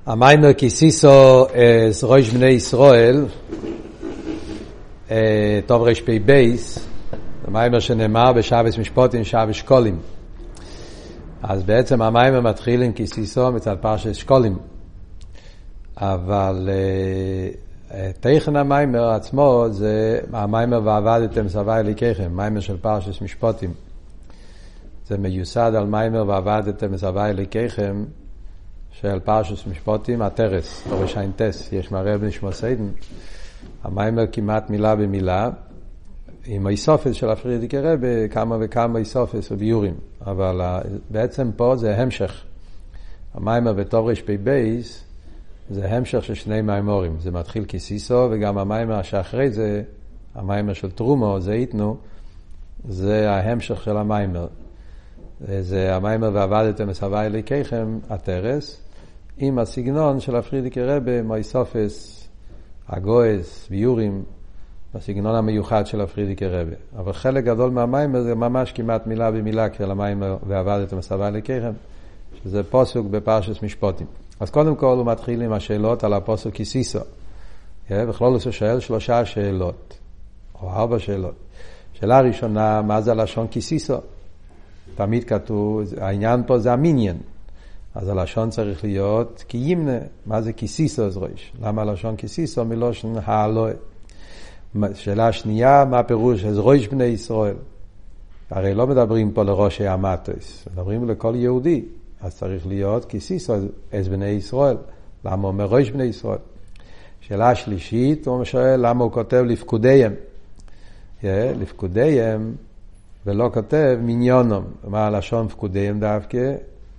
המיימר כיסיסו es ראש בני ישראל טוב רש פי בייס, המיימר שנאמר בשבס משפוטים שבס שקולים. אז בעצם המיימר מתחיל עם כיסיסו מצד פרשת שקולים, אבל תכן המיימר עצמו זה המיימר ועבדתם סבי אלוקיכם, מיימר של פרשת משפוטים. זה מיוסד על מיימר ועבדתם סבי אלוקיכם של פרשת משפוטים, התרס, תורש האינטס, יש מראה בנשמו סיידן. המיימר כמעט מילה במילה, עם האיסופס של הפרידיקי רבי, כמה וכמה איסופס וביורים. אבל בעצם פה זה המשך. המיימר בתורש פי בייס, זה המשך של שני מיימורים. זה מתחיל כסיסו, וגם המיימר שאחרי זה, המיימר של תרומו, זה איתנו, זה ההמשך של המיימר. זה המיימר ועבדתם סבי אלוקיכם, התרס, עם הסגנון של הפרידיקי רבי, מאיסופס, הגויס, ביורים, הסגנון המיוחד של הפרידיקי רבי. אבל חלק גדול מהמיימר זה ממש כמעט מילה במילה של המיימר ועבדתם סבי אלוקיכם, שזה פסוק בפרשת משפוטים. אז קודם כל הוא מתחיל עם השאלות על הפסוק כסיסו. בכלול הוא שואל 3 שאלות, או 4 שאלות. שאלה ראשונה, מה זה הלשון כסיסו? תמיד כתוב, העניין פה זה המניין. אז הלשון צריך להיות כימנה. מה זה כסיסו אז ראש? למה הלשון כסיסו מלושן העלוי? שאלה שנייה, מה הפירוש אז ראש בני ישראל? הרי לא מדברים פה לראשי המטוס, מדברים לכל יהודי. אז צריך להיות כסיסו אז בני ישראל. למה הוא אומר ראש בני ישראל? שאלה שלישית, הוא שואל למה הוא כותב לפקודיהם. לפקודיהם, ולא כותב מניונום. מה הלשון פקודיהם דווקא?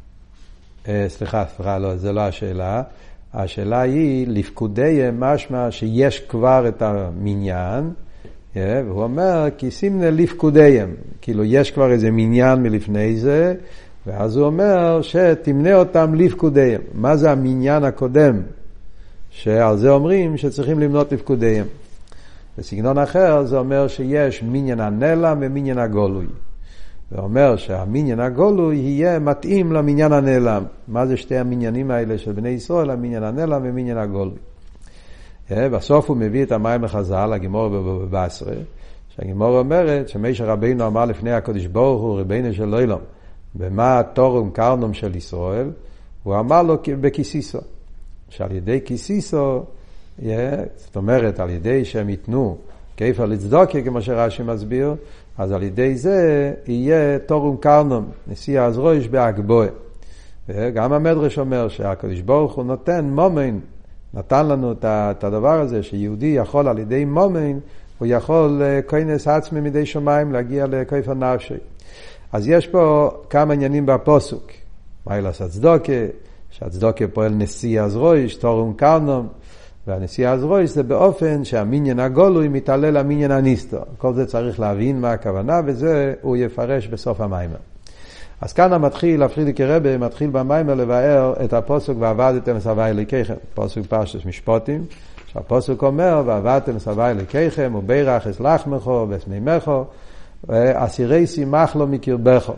סליחה, לא, זה לא השאלה. השאלה היא, לפקודיהם משמע שיש כבר את המניין, והוא אומר, כי סימנה לפקודיהם. כאילו יש כבר איזה מניין מלפני זה, ואז הוא אומר שתמנה אותם לפקודיהם. מה זה המניין הקודם? שעל זה אומרים שצריכים למנות לפקודיהם. בסגנון אחר זה אומר שיש מניין הנעלם ומניין הגולוי. זה אומר שהמניין הגולוי יהיה מתאים למניין הנעלם. מה זה שתי המניינים האלה של בני ישראל? המניין הנעלם ומניין הגולוי. בסוף הוא מביא את המים החז"ל, הגימור בבשרה, שהגימור אומרת שמשה רבינו אמר לפני הקדוש ברוך הוא, ריבונו של עולם, במה תורם קרנום של ישראל, הוא אמר לו בכיסיסו. שעל ידי כיסיסו, זאת אומרת, על ידי שהם ייתנו כיפה לצדוקה, כמו שרש"י מסביר, אז על ידי זה יהיה תורם קרנום, נשיא הזרוש בהגבוה. וגם המדרש אומר שהקדוש ברוך הוא נותן מומן, נתן לנו את הדבר הזה, שיהודי יכול על ידי מומן, הוא יכול כונס עצמי מדי שמיים להגיע לכיפה נפשי. אז יש פה כמה עניינים בפסוק. מה לעשות צדוקה? שהצדוקה פועל נשיא הזרוש, תורם קרנום, והנשיא הזרוש זה באופן שהמניין הגולוי מתעלה למניין הניסטר. כל זה צריך להבין מה הכוונה, וזה הוא יפרש בסוף המיימר. אז כאן המתחיל, הפרידיקי רבי, מתחיל במיימר לבאר את הפסוק ועבדתם סבי אלוקיכם. פסוק פרשת משפוטים, שהפסוק אומר ועבדתם סבי אלוקיכם ובירך את לחמכו ושמימכו ואסירי שימח לו מקרבכו.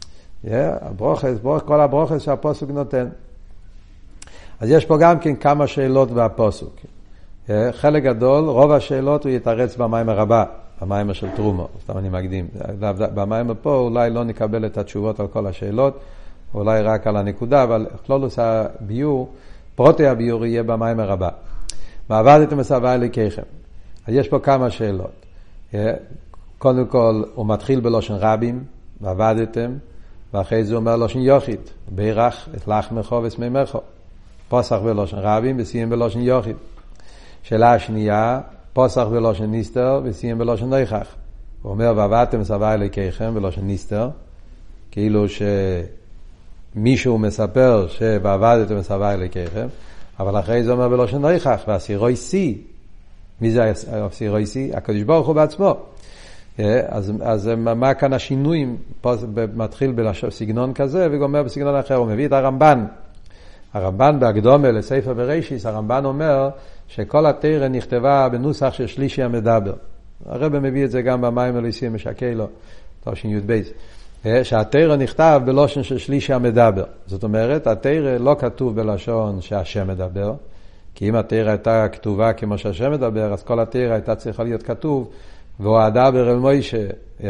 כל הברוכס שהפסוק נותן. אז יש פה גם כן כמה שאלות בפסוק. חלק גדול, רוב השאלות הוא יתרץ במיימר הבא, במיימר של תרומו. סתם אני מקדים. במיימר פה אולי לא נקבל את התשובות על כל השאלות, אולי רק על הנקודה, אבל כלולוס הביור, פרוטי הביור יהיה במיימר הבא. ועבדתם סבי אלוקיכם. אז יש פה כמה שאלות. קודם כל, הוא מתחיל בלושן רבים, ועבדתם, ואחרי זה הוא אומר לושן יוחיד, בירך את לחמך ושמימך. פסח בלושן רבים וסיים בלושן יוחיד. שאלה השנייה, פסח בלושן ניסטר וסיים בלושן נויכח. הוא אומר ועבדתם סבי אלוקיכם בלושן ניסטר, כאילו שמישהו מספר שעבדתם סבי אלוקיכם, אבל אחרי זה אומר בלושן נויכח, והסירוי סי. מי זה הסירוי סי? הקדוש ברוך הוא בעצמו. אז מה כאן השינויים? מתחיל בסגנון כזה וגומר בסגנון אחר. הוא מביא את הרמב"ן. הרמב"ן בהקדומה לספר בראשית, הרמב"ן אומר שכל התורה נכתבה בנוסח של שלישי המדבר. הרב מביא את זה גם במיימר ליסי משקה לו, תש"י. שהתורה נכתב בלושן של שלישי המדבר. זאת אומרת, התורה לא כתוב בלשון שהשם מדבר, כי אם התורה הייתה כתובה כמו שהשם מדבר, אז כל התורה הייתה צריכה להיות כתוב, ואדבר אל מוישה,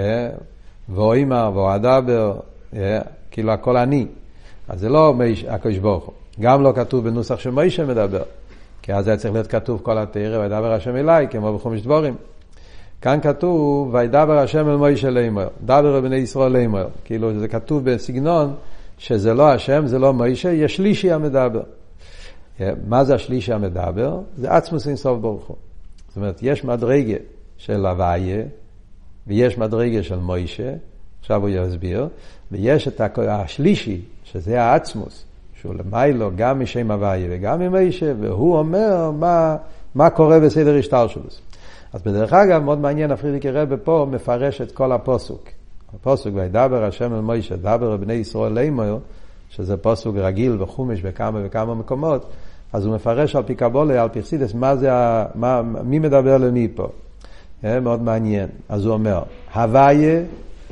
ואימר, ואדבר, כאילו הכל אני. אז זה לא הקדוש ברוך הוא. גם לא כתוב בנוסח שמוישה מדבר, כי אז היה צריך להיות כתוב כל התורה, וידבר השם אליי, כמו בחומש דבורים. כאן כתוב, וידבר השם אל מוישה לאמור, דבר אל בני ישראל לאמור. כאילו זה כתוב בסגנון שזה לא השם, זה לא מוישה, יש שלישי המדבר. מה זה השלישי המדבר? זה עצמוס אין סוף ברוך הוא. זאת אומרת, יש מדרגה של הוויה, ויש מדרגה של מוישה, עכשיו הוא יסביר, ויש את השלישי, שזה העצמוס, שהוא למיילו גם משם הוויה וגם ממוישה, והוא אומר מה קורה בסדר השתלשלות. אז בדרך אגב, מאוד מעניין, הפרידיקי רבי פה מפרש את כל הפסוק. הפסוק, וידבר השם אל מוישה, דבר אל בני ישראל לאמור, שזה פסוק רגיל וחומש בכמה וכמה מקומות, אז הוא מפרש על פי קבולה, על פי חסידות, מי מדבר למי פה. מאוד מעניין. אז הוא אומר, הוויה,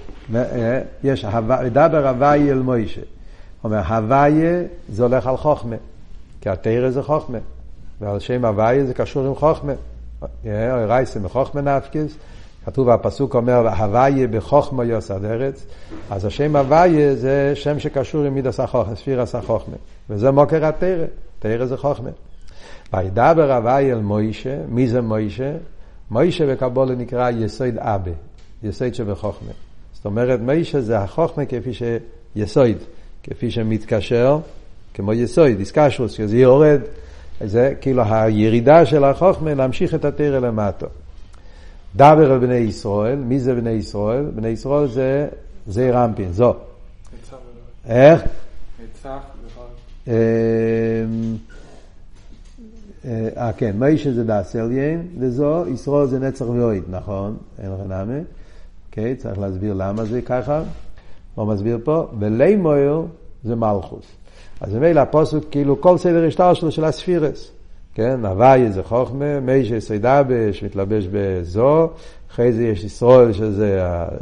יש וידבר הוויה אל מוישה. הוא אומר, הוויה זה הולך על חוכמה, כי התורה זה חוכמה, ועל שם הוויה זה קשור עם חוכמה. רייסם בחוכמה נפקס, כתוב הפסוק אומר הוויה בחוכמה יוסד ארץ, אז השם הוויה זה שם שקשור עם מידס החוכמה, ספירס החוכמה, וזה מוקר התורה, תורה זה חוכמה. וידבר הוויה אל מוישה. מי זה מוישה? מוישה בקבולה נקרא יסוד אבא, יסוד שבחוכמה. זאת אומרת מוישה זה החוכמה כפי שיסוד, כפי שמתקשר כמו יסוד, איסקשרוס, זה יורד, זה כאילו הירידה של החוכמה להמשיך את התורה למטה. דבר על בני ישראל. מי זה בני ישראל? בני ישראל זה רמפין, זו. איך? כן, מוישה זה דאס עליין, וזו, ישראל זה נצח ואוהד, נכון? אין לך נאמה. אוקיי, צריך להסביר למה זה ככה. לא מסביר פה. ולאמור זה מלכוס. אז במילא הפסוק כאילו כל סדר השתלשלות של הספירס. כן, הוויה זה חוכמה, מוישה סוידאבה שמתלבש בזו, אחרי זה יש ישראל שזה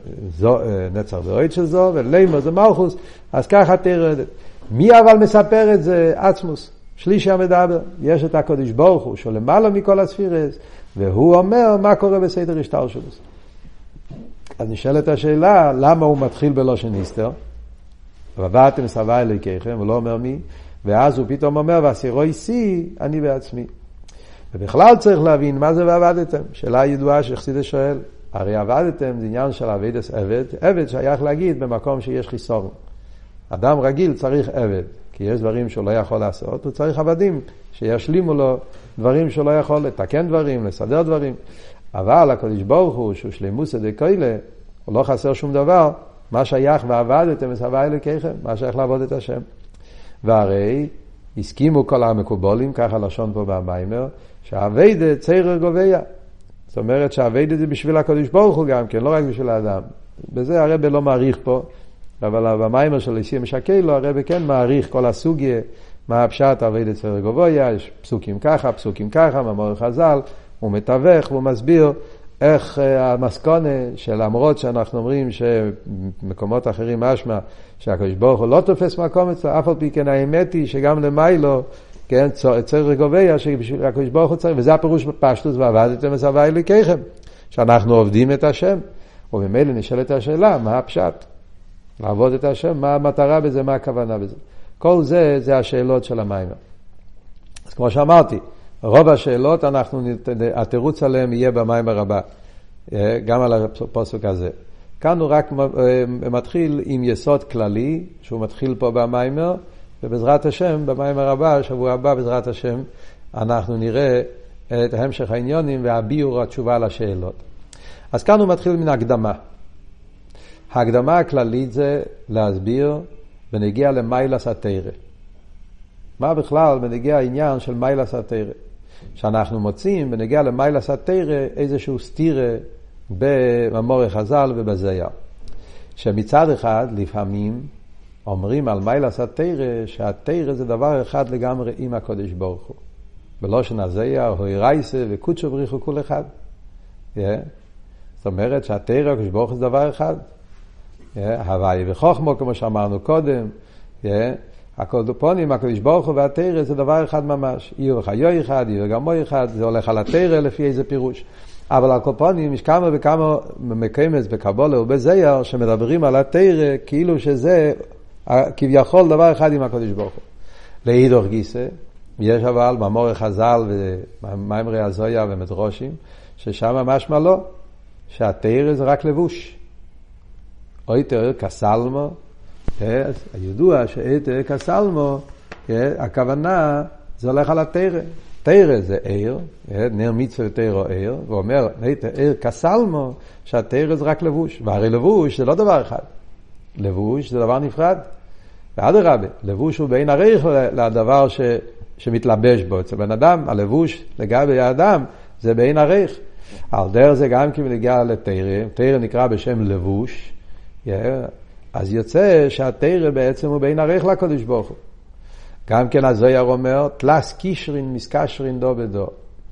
נצח ואוהד של זו, ולאמור זה מלכוס, אז ככה תרדת. מי אבל מספר את זה? עצמוס, שלישי המדבר. יש את הקדוש ברוך הוא שלמעלה מכל הספירס, והוא אומר מה קורה בסדר השתלשלות. אז נשאלת השאלה, למה הוא מתחיל בלושן נסתר? ועבדתם סבי אלוהיכם, הוא לא אומר מי, ואז הוא פתאום אומר, והסירוי שיא, אני בעצמי. ובכלל צריך להבין מה זה ועבדתם. שאלה ידועה שחסידה שואל, הרי עבדתם זה עניין של עבדת עבד, עבד שייך להגיד במקום שיש חיסרון. אדם רגיל צריך עבד, כי יש דברים שהוא לא יכול לעשות, הוא צריך עבדים שישלימו לו דברים שהוא לא יכול לתקן דברים, לסדר דברים. אבל הקדוש ברוך הוא, שהוא שלמוס דקוילה, הוא לא חסר שום דבר, מה שייך ועבדתם מסבי אלוהיכם, מה שייך לעבוד את השם. והרי הסכימו כל המקובלים, ככה לשון פה במיימר, שהעבד צעיר גוביה. זאת אומרת שהעבד זה בשביל הקדוש ברוך הוא גם כן, לא רק בשביל האדם. בזה הרב לא מעריך פה, אבל במיימר של איסי משקלו, הרב כן מעריך כל הסוגיה, מה הפשט העבד צעיר גוביה, יש פסוקים ככה, מאמר חז"ל, הוא מתווך, הוא מסביר איך המסקונה של למרות שאנחנו אומרים שמקומות אחרים משמע שהקדוש ברוך הוא לא תופס מקום אצלו, אף על פי כן האמת היא שגם למיילו, כן, צריך גוביה שהקדוש ברוך הוא צריך, וזה הפירוש בפשטוס, ועבדתם מסבי אלוהיכם, שאנחנו עובדים את השם, ובמילא נשאלת השאלה, מה הפשט? לעבוד את השם, מה המטרה בזה, מה הכוונה בזה? כל זה, זה השאלות של המיימר. אז כמו שאמרתי, רוב השאלות התירוץ עליהם יהיה במיימר הבא, גם על הפסוק הזה. כאן הוא רק מתחיל עם יסוד כללי, שהוא מתחיל פה במיימר, ובעזרת השם, במיימר הבא, שבוע הבא, בעזרת השם, אנחנו נראה את המשך העניונים והביאור התשובה לשאלות. אז כאן הוא מתחיל מן הקדמה. ההקדמה הכללית זה להסביר בנגיע למיילס התורה. מה בכלל בנגיע העניין של מיילס התורה? שאנחנו מוצאים בנגיע למיילס התורה איזשהו סתירה במאמרי חז"ל ובזייר. שמצד אחד לפעמים אומרים על מיילס התורה שהתורה זה דבר אחד לגמרי עם הקדוש ברוך הוא. בלושן הזייר, הוי רייסה וקודשו בריחו כל אחד. זאת אומרת שהתורה הקדוש ברוך הוא זה דבר אחד. הוואי וחוכמו, כמו שאמרנו קודם, הקודופונים, הקדוש ברוך הוא והתורה זה דבר אחד ממש. עיר וחיו אחד, עיר וגמו אחד, זה הולך על התורה לפי איזה פירוש. אבל הקודופונים יש כמה וכמה מקיימס בקבולה ובזייר שמדברים על התורה כאילו שזה כביכול דבר אחד עם הקדוש ברוך הוא. לאידוך גיסא, יש אבל מאמר חז"ל ומאמרי הזויה ומדרושים, ששם משמע לא, שהתורה זה רק לבוש. או תורה כסלמו, הידוע שתורה כסלמו, הכוונה זה הולך על התורה. תורה זה עיר, נר מצווה ותורה עיר, ואומר, עיר כסלמו, שהתורה זה רק לבוש. והרי לבוש זה לא דבר אחד. לבוש זה דבר נפרד. ואדרבה, לבוש הוא בין עריך לדבר שמתלבש בו. אצל בן אדם, הלבוש לגבי האדם זה בין עריך. על דרך זה גם כי מנגיע לתורה, תורה נקרא בשם לבוש, אז יוצא שהתורה בעצם הוא בין עריך לקדוש ברוך הוא. גם כן הזויר אומר, תלס קישרין מסקשרין דו בדו.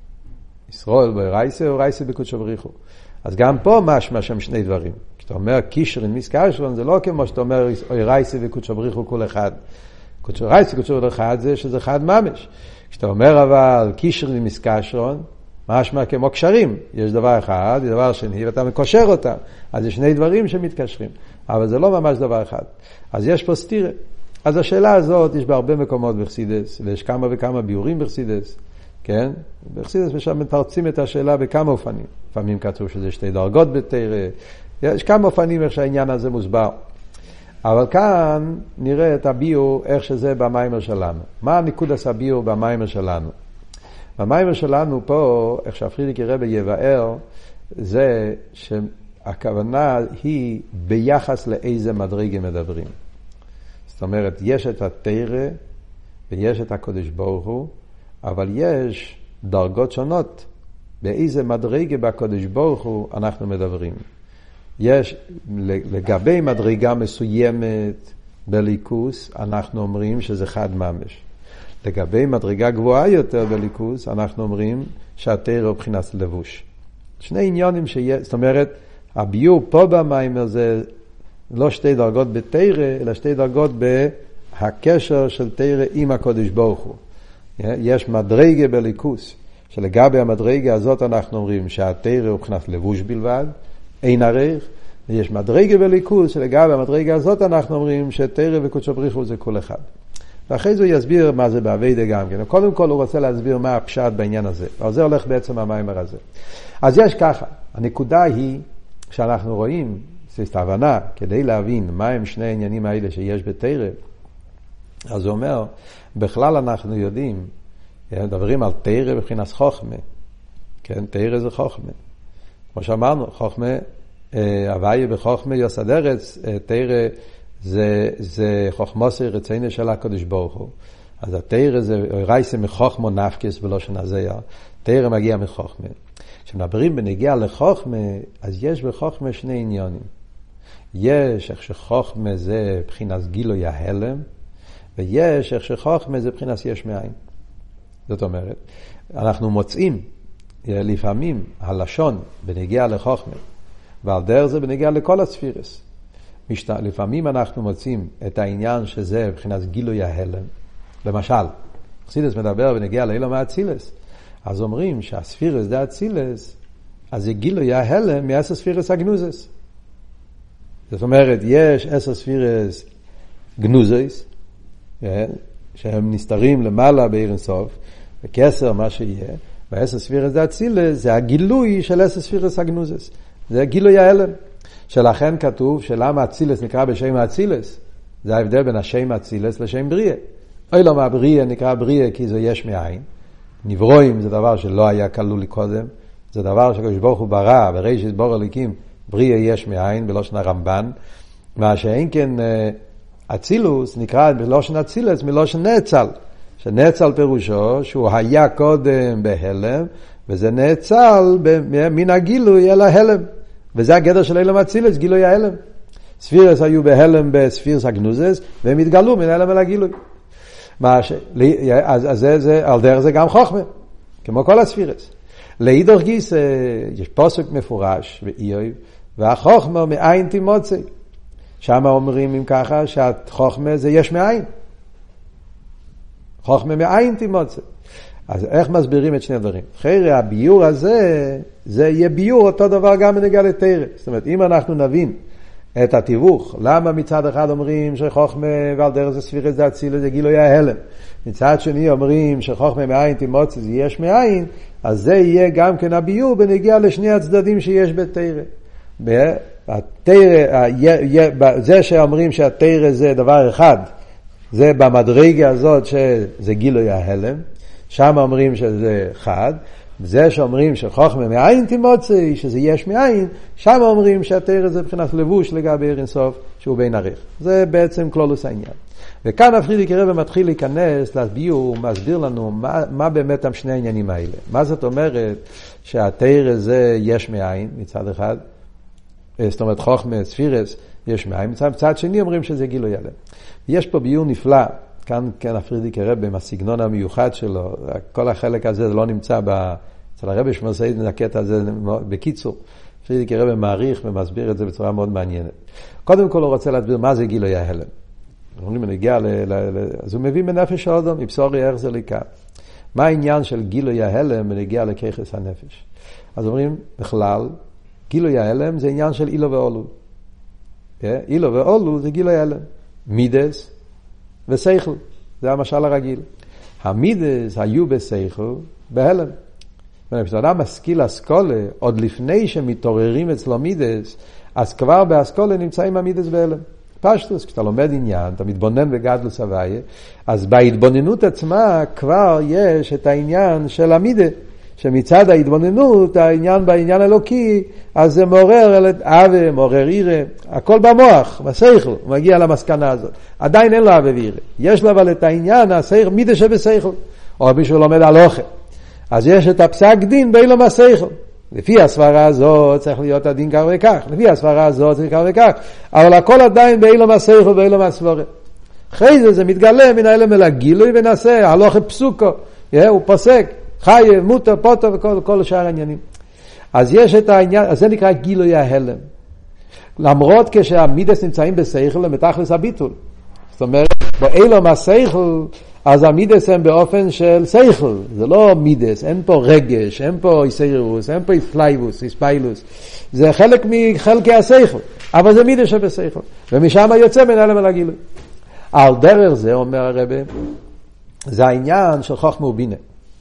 ישראל ברייסה או רייסה בקודשו בריחו. אז גם פה משמע שם שני דברים. כשאתה אומר קישרין מסקשרין, זה לא כמו שאתה אומר רייסה וקודשו בריחו כל אחד. רייסה וקודשו בריחו אחד זה שזה חד ממש. כשאתה אומר אבל קישרין מסקשרין, משמע כמו קשרים. יש דבר אחד, יש דבר שני, ואתה מקושר אותם. אז יש שני דברים שמתקשרים. אבל זה לא ממש דבר אחד. אז יש פה סתירה. אז השאלה הזאת יש בהרבה מקומות בחסידס, ויש כמה וכמה ביורים בחסידס, כן? בחסידס ושם מתרצים את השאלה בכמה אופנים. לפעמים כתוב שזה שתי דרגות בתורה, יש כמה אופנים איך שהעניין הזה מוסבר. אבל כאן נראה את הביור איך שזה במיימר שלנו. מה הנקודס הביור במיימר שלנו? במיימר שלנו פה, איך שהפרידיקי רבי יבאר, זה שהכוונה היא ביחס לאיזה מדרגה מדברים. זאת אומרת, יש את התורה ויש את הקדוש ברוך הוא, אבל יש דרגות שונות באיזה מדרגה בקדוש ברוך הוא אנחנו מדברים. יש לגבי מדרגה מסוימת בליכוס, אנחנו אומרים שזה חד ממש. לגבי מדרגה גבוהה יותר בליכוס, אנחנו אומרים שהתורה הוא בחינת לבוש. שני עניונים שיש, זאת אומרת, הביור פה במיימר זה לא שתי דרגות בתורה, אלא שתי דרגות בהקשר של תורה עם הקדוש ברוך הוא. יש מדרגה בליכוס, שלגבי המדרגה הזאת אנחנו אומרים שהתורה הוא בחינת לבוש בלבד, אין ערך, ויש מדרגה בליכוס, שלגבי המדרגה הזאת אנחנו אומרים שתורה וקודשו בריך הוא זה כל אחד. ואחרי זה הוא יסביר מה זה בעבודה גם כן. קודם כל הוא רוצה להסביר מה הפשט בעניין הזה. אבל זה הולך בעצם המיימר הזה. אז יש ככה, הנקודה היא שאנחנו רואים, זאת ההבנה, כדי להבין מה הם שני העניינים האלה שיש בתורה, אז הוא אומר, בכלל אנחנו יודעים, מדברים על תורה בבחינת חוכמה, כן, תורה זה חוכמה. כמו שאמרנו, חוכמה, הוויה בחוכמה יוסד ארץ, תורה זה חוכמוסי רצינו של הקדוש ברוך הוא. אז התורה זה רייסה מחוכמו נפקס בלושן הזיה, תורה מגיע מחוכמה. כשמדברים בנגיע לחוכמה, אז יש בחוכמה שני עניונים. יש איך שחוכמה זה בחינת גילוי ההלם, ויש איך שחוכמה זה בחינת יש מאין. זאת אומרת, אנחנו מוצאים לפעמים הלשון בנגיע לחוכמה, ועל דרך זה בנגיע לכל הספירס. לפעמים אנחנו מוצאים את העניין שזה בחינת גילוי ההלם. למשל, חסידס מדבר בנגיע לאילום האצילס, אז אומרים שהספירס זה אצילס, אז זה גילוי ההלם מעשר ספירס הגנוזס. זאת אומרת, יש 10 ספירס גנוזס, שהם נסתרים למעלה בעיר אינסוף, וכסר מה שיהיה, ו10 ספירס זה אצילס, זה הגילוי של 10 ספירס הגנוזס. זה גילוי ההלם. שלכן כתוב שלמה אצילס נקרא בשם אצילס, זה ההבדל בין השם אצילס לשם בריאה. אוי למה בריאה נקרא בריאה כי זה יש מאין. נברואים זה דבר שלא היה כלול לי קודם, זה דבר שקדוש ברוך הוא ברא, בראשית ברא אלוקים, בריאה יש מאין, בלושן הרמב"ן, מה שאין כן אצילוס נקרא בלושן אצילס מלושן נאצל, שנאצל פירושו שהוא היה קודם בהלם, וזה נאצל מן הגילוי אל ההלם. וזה הגדר של אילום אצילס, גילוי ההלם. ספירס היו בהלם בספירס הגנוזס, והם התגלו מן ההלם אל הגילוי. אז זה, על דרך זה גם חוכמה, כמו כל הספירס. לאידוך גיס, יש פסוק מפורש, ואיוב, והחוכמה מאין תימוצא. שם אומרים אם ככה שהחוכמה זה יש מאין. חוכמה מאין תימוצה. אז איך מסבירים את שני הדברים? חיירי, הביור הזה, זה יהיה ביור אותו דבר גם בנגיע לתורה. זאת אומרת, אם אנחנו נבין את התיווך, למה מצד אחד אומרים שחוכמה ועל דרך זה ספירס זה אצילות זה גילוי ההלם, מצד שני אומרים שחוכמה מאין תימוצה זה יש מאין, אז זה יהיה גם כן הביור בנגיע לשני הצדדים שיש בתורה. זה שאומרים שהתורה זה דבר אחד, זה במדרגה הזאת שזה גילוי ההלם, שם אומרים שזה אחד, זה שאומרים שחוכמה מאין תימוצה, שזה יש מאין, שם אומרים שהתורה זה מבחינת לבוש לגבי אין סוף, שהוא בין ערך. זה בעצם כלולוס העניין. וכאן הפרידיקי רבי מתחיל להיכנס לביור, מסביר לנו מה באמת הם שני העניינים האלה. מה זאת אומרת שהתורה זה יש מאין מצד אחד, זאת אומרת חוכמה ספירס יש מאין, מצד שני אומרים שזה גילוי ההלם. יש פה ביור נפלא, כאן כן הפרידיקי רבי עם הסגנון המיוחד שלו, כל החלק הזה זה לא נמצא אצל הרבי שמוסעיד נקט הזה בקיצור. הפרידיקי רבי מעריך ומסביר את זה בצורה מאוד מעניינת. קודם כל הוא רוצה להסביר מה זה גילוי ההלם. אז הוא מביא בנפש האדם, מבשורי איך זה ליקה. מה העניין של גילוי ההלם בנגיע לכיחס הנפש? אז אומרים בכלל, גילוי ההלם זה עניין של אילו ואולו. אילו ואולו זה גילוי ההלם. מידס ושכל, זה המשל הרגיל. המידס היו בשכל בהלם. כשאדם משכיל אסכולה, עוד לפני שמתעוררים אצלו מידס, אז כבר באסכולה נמצאים המידס בהלם. פשטוס, כשאתה לומד עניין, אתה מתבונן בגדלוס הוויה, אז בהתבוננות עצמה כבר יש את העניין של המידה, שמצד ההתבוננות, העניין בעניין אלוקי, אז זה מעורר אהבה, מעורר עירה, הכל במוח, בשכל, הוא מגיע למסקנה הזאת. עדיין אין לו אהבה ועירה. יש לו אבל את העניין, השכל, מידה שבשכל, או מישהו לומד הלוכה. אז יש את הפסק דין באילו מהשכל. לפי הסברה הזאת צריך להיות הדין כך וכך, לפי הסברה הזאת צריך כך וכך, אבל הכל עדיין באילו מהשכל ובאילו מהסברה. אחרי זה מתגלה מן ההלם אל הגילוי ונעשה, הלוכה פסוקו, הוא פוסק, חי, מוטה, פוטו וכל שאר העניינים. אז יש את העניין, אז זה נקרא גילוי ההלם. למרות כשהמידס נמצאים בשכל, הם מתחלס הביטול. זאת אומרת, באילו מהשכל, אז המידס הם באופן של שכל, זה לא מידס, אין פה רגש, אין פה איסיירוס, אין פה איספלייבוס, איספיילוס, זה חלק מחלקי השכל, אבל זה מידס שבשכל, ומשם יוצא מן ההלם אל הגילוי. על דרך זה, אומר הרבי, זה העניין של חוכמה ובינה.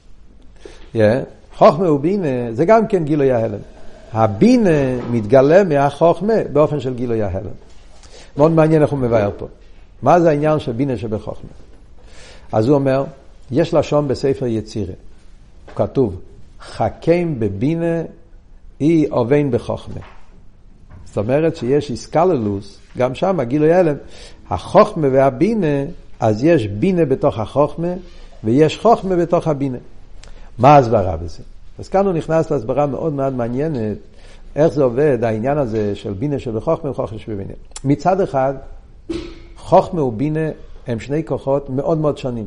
חוכמה ובינה זה גם כן גילוי ההלם. הבינה מתגלה מהחוכמה באופן של גילוי ההלם. מאוד מעניין איך הוא מבאר פה. מה זה העניין של בינה שבחוכמה? אז הוא אומר, יש לשון בספר יצירה. כתוב, חכם בבינה היא עובן בחוכמה. זאת אומרת שיש איסקללוס, גם שם גילוי ההלם. החוכמה והבינה, אז יש בינה בתוך החוכמה, ויש חוכמה בתוך הבינה. מה ההסברה בזה? אז כאן הוא נכנס להסברה מאוד מאוד מעניינת, איך זה עובד, העניין הזה של בינה שבחוכמה וחוכמה שבבינה. מצד אחד, חוכמה ובינה הם שני כוחות מאוד מאוד שונים.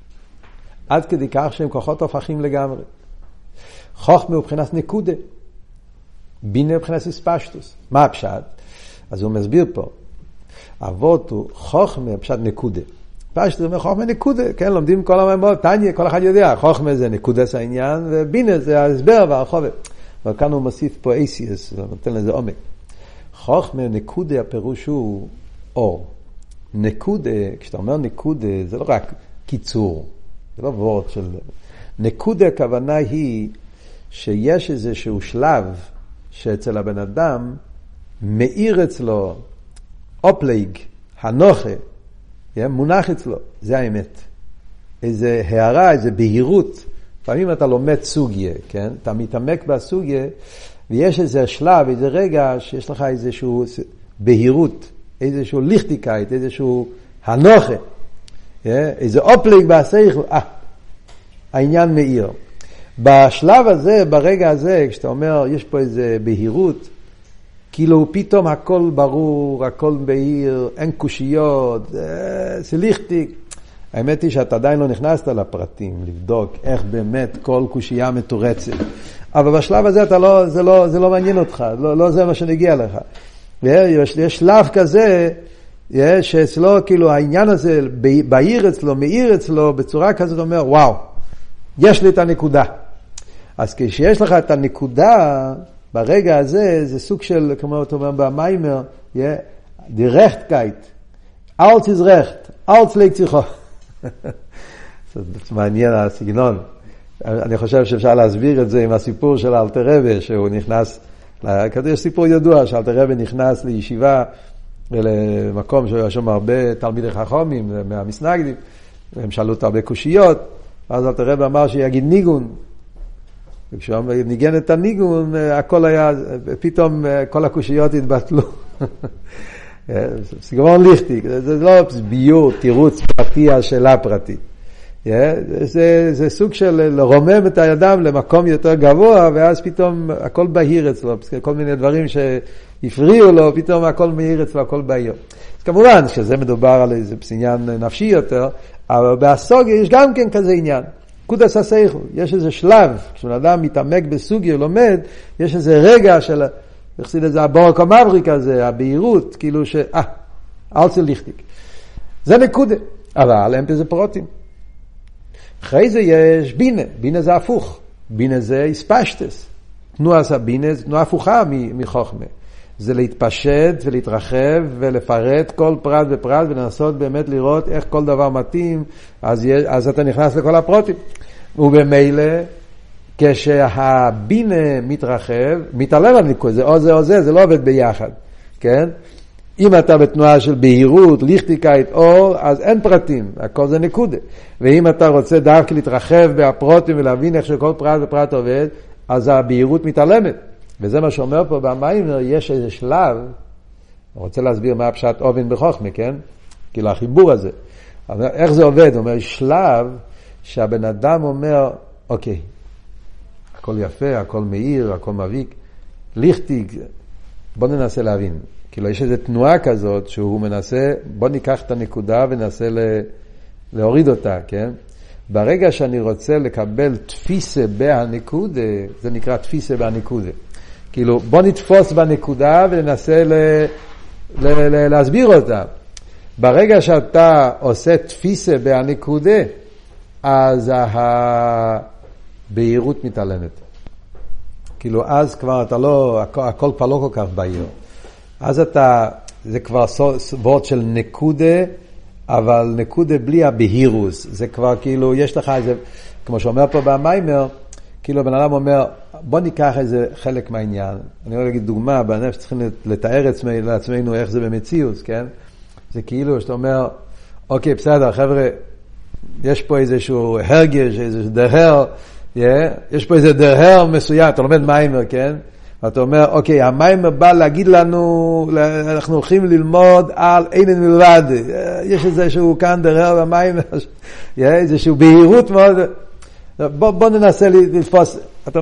עד כדי כך שהם כוחות הופכים לגמרי. חוכמה הוא מבחינת נקודה. בינה הוא מבחינת הספשטוס. מה הפשט? אז הוא מסביר פה. אבות הוא חוכמה פשט נקודה. פשט אומר חוכמה נקודה. כן, לומדים כל המאמרות. תניה, כל אחד יודע. חוכמה זה נקודה זה העניין, ובינה זה ההסבר והרחובת. אבל כאן הוא מוסיף פה אייסיאס, נותן לזה עומק. חוכמה נקודה הפירוש הוא אור. נקודה, כשאתה אומר נקודה, זה לא רק קיצור, זה לא וורד של... נקודה הכוונה היא שיש איזשהו שלב שאצל הבן אדם מאיר אצלו אופלייג, הנוחה, מונח אצלו, זה האמת. איזה הערה, איזה בהירות. לפעמים אתה לומד סוגיה, כן? אתה מתעמק בסוגיה, ויש איזה שלב, איזה רגע שיש לך איזשהו בהירות, איזשהו ליכטיקייט, איזשהו הנוחה, איזה אופליק בהשכל, העניין מאיר. בשלב הזה, ברגע הזה, כשאתה אומר, יש פה איזה בהירות, כאילו פתאום הכל ברור, הכל בהיר, אין קושיות, זה ליכטיק. האמת היא שאתה עדיין לא נכנסת לפרטים, לבדוק איך באמת כל קושייה מתורצת. אבל בשלב הזה זה לא מעניין אותך, לא זה מה שנגיע לך. יש שלב כזה, שאצלו כאילו העניין הזה בעיר אצלו, מאיר אצלו, בצורה כזאת אומר, וואו, יש לי את הנקודה. אז כשיש לך את הנקודה, ברגע הזה, זה סוג של, כמו אתה אומר במיימר, die Rechtkeit, als ist Recht, als legt sich auf. זה מעניין הסגנון. אני חושב שאפשר להסביר את זה עם הסיפור של אלתר רבי, שהוא נכנס, יש סיפור ידוע, שאלתר רבי נכנס לישיבה, למקום שהיו שם הרבה תלמידי חכמים מהמסנגדים, והם שאלו את הרבה קושיות, אז אלתר רבי אמר שיגיד ניגון, וכשהוא ניגן את הניגון, הכל היה, פתאום כל הקושיות התבטלו. סגרון ליכטיק, זה לא ביור, תירוץ פרטי, השאלה פרטית. זה סוג של לרומם את הידם למקום יותר גבוה, ואז פתאום הכל בהיר אצלו, כל מיני דברים שהפריעו לו, פתאום הכל מהיר אצלו, הכל בהיר. אז כמובן שזה מדובר על איזה עניין נפשי יותר, אבל בהסוגיה יש גם כן כזה עניין. קודס הסייכו, יש איזה שלב, כשאדם מתעמק בסוגיה, לומד, יש איזה רגע של, יחסיד את זה הבורק המבריק הזה, הבהירות, כאילו אלצל ליכטיק. זה נקודה, אבל אין בזה פרוטים. אחרי זה יש בינה, בינה זה הפוך, בינה זה הספשטס. תנועה הבינה זה תנועה הפוכה מחוכמה. זה להתפשט ולהתרחב ולפרט כל פרט ופרט ולנסות באמת לראות איך כל דבר מתאים, אז אתה נכנס לכל הפרוטים. ובמילא, כשהבינה מתרחב, מתעלם על ניקוד, זה או זה או זה, זה לא עובד ביחד, כן? אם אתה בתנועה של בהירות, ליכטיקאית, אור, אז אין פרטים, הכל זה נקודה. ואם אתה רוצה דווקא להתרחב בהפרוטים ולהבין איך שכל פרט ופרט עובד, אז הבהירות מתעלמת. וזה מה שאומר פה במיימר, יש איזה שלב, אני רוצה להסביר מה הפשט אובן בחוכמה, כן? כאילו החיבור הזה. איך זה עובד? הוא אומר, שלב שהבן אדם אומר, אוקיי, הכל יפה, הכל מאיר, הכל מביק, ליכטיק, בוא ננסה להבין. כאילו יש איזו תנועה כזאת שהוא מנסה, בוא ניקח את הנקודה וננסה להוריד אותה, כן? ברגע שאני רוצה לקבל תפיסה בהנקודה, זה נקרא תפיסה בהנקודה. כאילו בוא נתפוס בנקודה וננסה להסביר אותה. ברגע שאתה עושה תפיסה בהנקודה, אז הבהירות מתעלמת. כאילו אז כבר אתה לא, הכל כבר לא כל כך בהיר. אז זה כבר וורד של נקודה, אבל נקודה בלי הבהירוס. זה כבר כאילו, יש לך איזה, כמו שאומר פה במיימר, כאילו בן אדם אומר, בוא ניקח איזה חלק מהעניין. אני רוצה להגיד דוגמה, בנפש שצריכים לתאר לעצמנו איך זה במציאות, כן? זה כאילו שאתה אומר, אוקיי, בסדר, חבר'ה, יש פה איזשהו הרגש, איזשהו דהר, יש פה איזה דהר מסוים, אתה לומד מיימר, כן? ואתה אומר, אוקיי, המיימר בא להגיד לנו, אנחנו הולכים ללמוד על אינן מלבד, יש איזשהו כאן דהר במיימר, איזשהו בהירות מאוד, בוא ננסה לתפוס,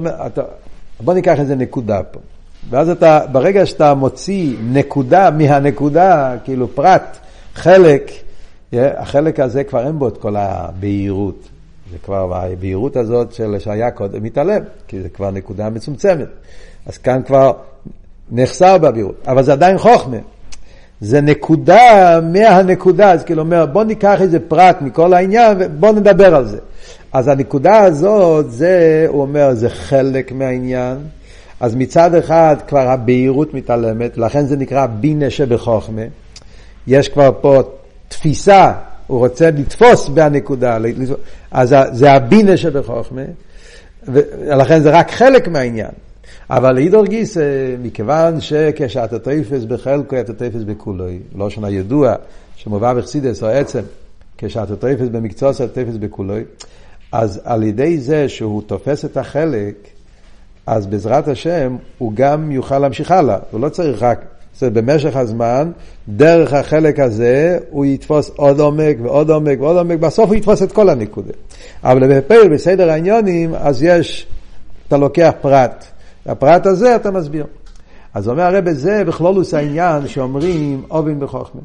בוא ניקח איזה נקודה פה. ואז ברגע שאתה מוציא נקודה מהנקודה, כאילו פרט, חלק, החלק הזה כבר אין בו את כל הבהירות. זה כבר הבהירות הזאת שהיה קודם מתעלם, כי זה כבר נקודה מצומצמת. אז כאן כבר נחסר בבהירות. אבל זה עדיין חוכמה. זה נקודה מהנקודה. אז כאילו אומר, בוא ניקח איזה פרט מכל העניין ובוא נדבר על זה. אז הנקודה הזאת, זה, הוא אומר, זה חלק מהעניין. אז מצד אחד כבר הבהירות מתעלמת, לכן זה נקרא בינה שבחוכמה. יש כבר פה תפיסה, הוא רוצה לתפוס בהנקודה, אז זה הבינה שבחוכמה, ולכן זה רק חלק מהעניין. אבל להידור גיס, מכיוון שכשאתה תופס בחלקו, אתה תופס בכולוי, לא שונה ידוע, שמובא בחסידות או עצם, כשאתה תופס במקצוע, אתה תופס בכולוי, אז על ידי זה שהוא תופס את החלק, אז בעזרת השם הוא גם יוכל להמשיך הלאה. הוא לא צריך רק, זה במשך הזמן, דרך החלק הזה הוא יתפוס עוד עומק ועוד עומק ועוד עומק, בסוף הוא יתפוס את כל הנקודה. אבל בפעיל, בסדר העניונים, אז יש, אתה לוקח פרט. הפרט הזה אתה מסביר. אז אומר הרב זה בכלולוס העניין שאומרים אובן בחוכמה.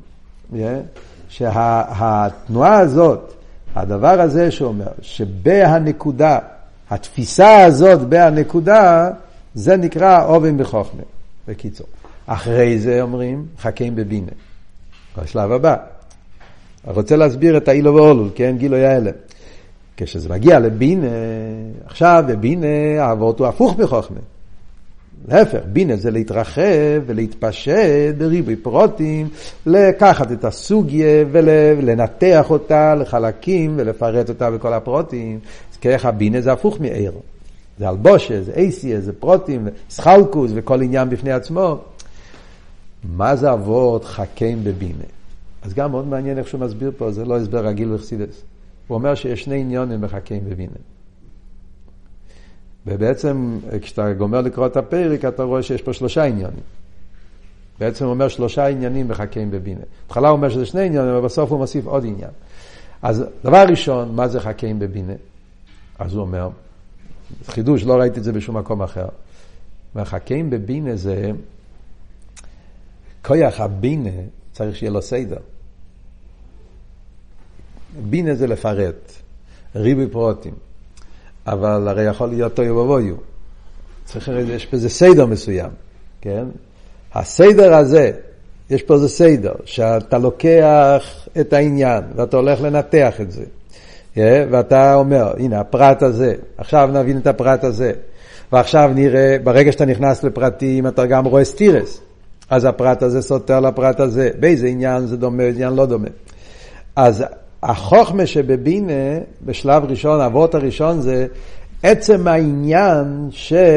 שהתנועה הזאת, הדבר הזה שאומר, שבהנקודה, התפיסה הזאת בהנקודה, זה נקרא אובן בחוכמה, בקיצור. אחרי זה אומרים חכים בבינה. השלב הבא. אני רוצה להסביר את האילו ואולול, כן? גילוי ההלם. כשזה מגיע לבינה, עכשיו בבינה האבות הוא הפוך מחוכמה. להפך, בינה זה להתרחב ולהתפשט בריבוי פרוטים, לקחת את הסוגיה ולנתח אותה לחלקים ולפרט אותה בכל הפרוטים. אז כך הבינה זה הפוך מעיר. זה אלבושה, זה אייסיה, זה פרוטים, סחלקוס וכל עניין בפני עצמו. מה זה אבות חכים בבינה? אז גם מאוד מעניין איך שהוא מסביר פה, זה לא הסבר רגיל בחסידות. הוא אומר שיש שני עניונים בחכים בבינה. ובעצם כשאתה גומר לקרוא את הפרק אתה רואה שיש פה 3 עניונים. בעצם הוא אומר 3 עניינים בחכים בבינה. בהתחלה הוא אומר שזה 2 עניינים, אבל בסוף הוא מוסיף עוד עניין. אז דבר ראשון, מה זה חכים בבינה? אז הוא אומר, חידוש, לא ראיתי את זה בשום מקום אחר. חכים בבינה זה, כוח הבינה צריך שיהיה לו סדר. בינה זה לפרט, ריבוי פרוטים. אבל הרי יכול להיות תוהו ובוהו. יש פה איזה סדר מסוים, כן? הסדר הזה, יש פה איזה סדר, שאתה לוקח את העניין, ואתה הולך לנתח את זה. ואתה אומר, הנה, הפרט הזה, עכשיו נבין את הפרט הזה. ועכשיו נראה, ברגע שאתה נכנס לפרטים, אתה גם רואה סטירס. אז הפרט הזה סותר לפרט הזה. באיזה עניין זה דומה, באיזה עניין לא דומה. אז החוכמה שבבינה, בשלב ראשון, האבות הראשון זה עצם העניין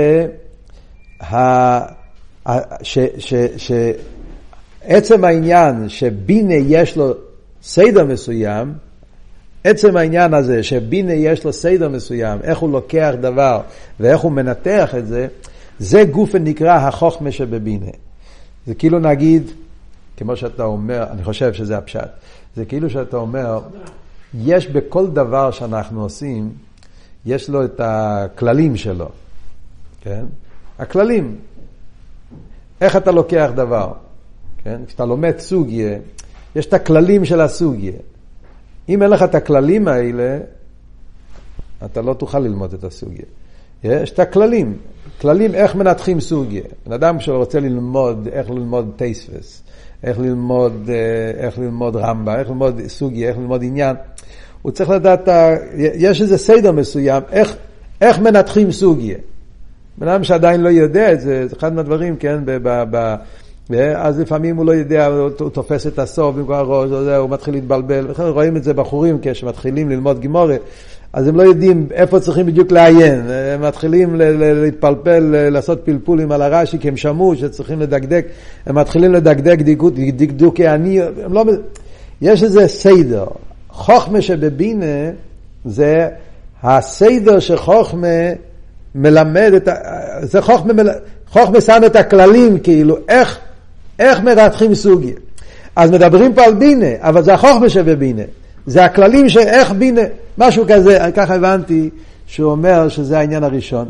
עצם העניין שבינה יש לו סדר מסוים, עצם העניין הזה שבינה יש לו סדר מסוים, איך הוא לוקח דבר ואיך הוא מנתח את זה, זה גוף נקרא החוכמה שבבינה. זה כאילו נגיד, כמו שאתה אומר, אני חושב שזה הפשט, זה כאילו שאתה אומר, יש בכל דבר שאנחנו עושים, יש לו את הכללים שלו. כן? הכללים. איך אתה לוקח דבר? כן? כשאתה לומד סוגיה, יש את הכללים של הסוגיה. אם אין לך את הכללים האלה, אתה לא תוכל ללמוד את הסוגיה. יש את הכללים. כללים איך מנתחים סוגיה. בן אדם שרוצה ללמוד, איך ללמוד טייספס, איך ללמוד רמב"ם, איך ללמוד סוגיה, איך ללמוד עניין. הוא צריך לדעת, יש איזה סדר מסוים, איך מנתחים סוגיה. בן אדם שעדיין לא יודע את זה, זה אחד מהדברים, כן, אז לפעמים הוא לא יודע, הוא תופס את הסוף במקום הראש, הוא מתחיל להתבלבל, רואים את זה בחורים כשמתחילים ללמוד גימורה, אז הם לא יודעים איפה צריכים בדיוק לעיין, הם מתחילים להתפלפל, לעשות פלפולים על הרש"י, כי הם שמעו שצריכים לדקדק, הם מתחילים לדקדק דקדוקי הם לא, יש איזה סדר, חוכמה שבבינה זה הסדר שחוכמה מלמד זה חוכמה שם את הכללים, כאילו איך מרתחים סוגיה. אז מדברים פה על בינה, אבל זה החוכמה שבבינה. זה הכללים שאיך בינה, משהו כזה, ככה הבנתי שהוא אומר שזה העניין הראשון.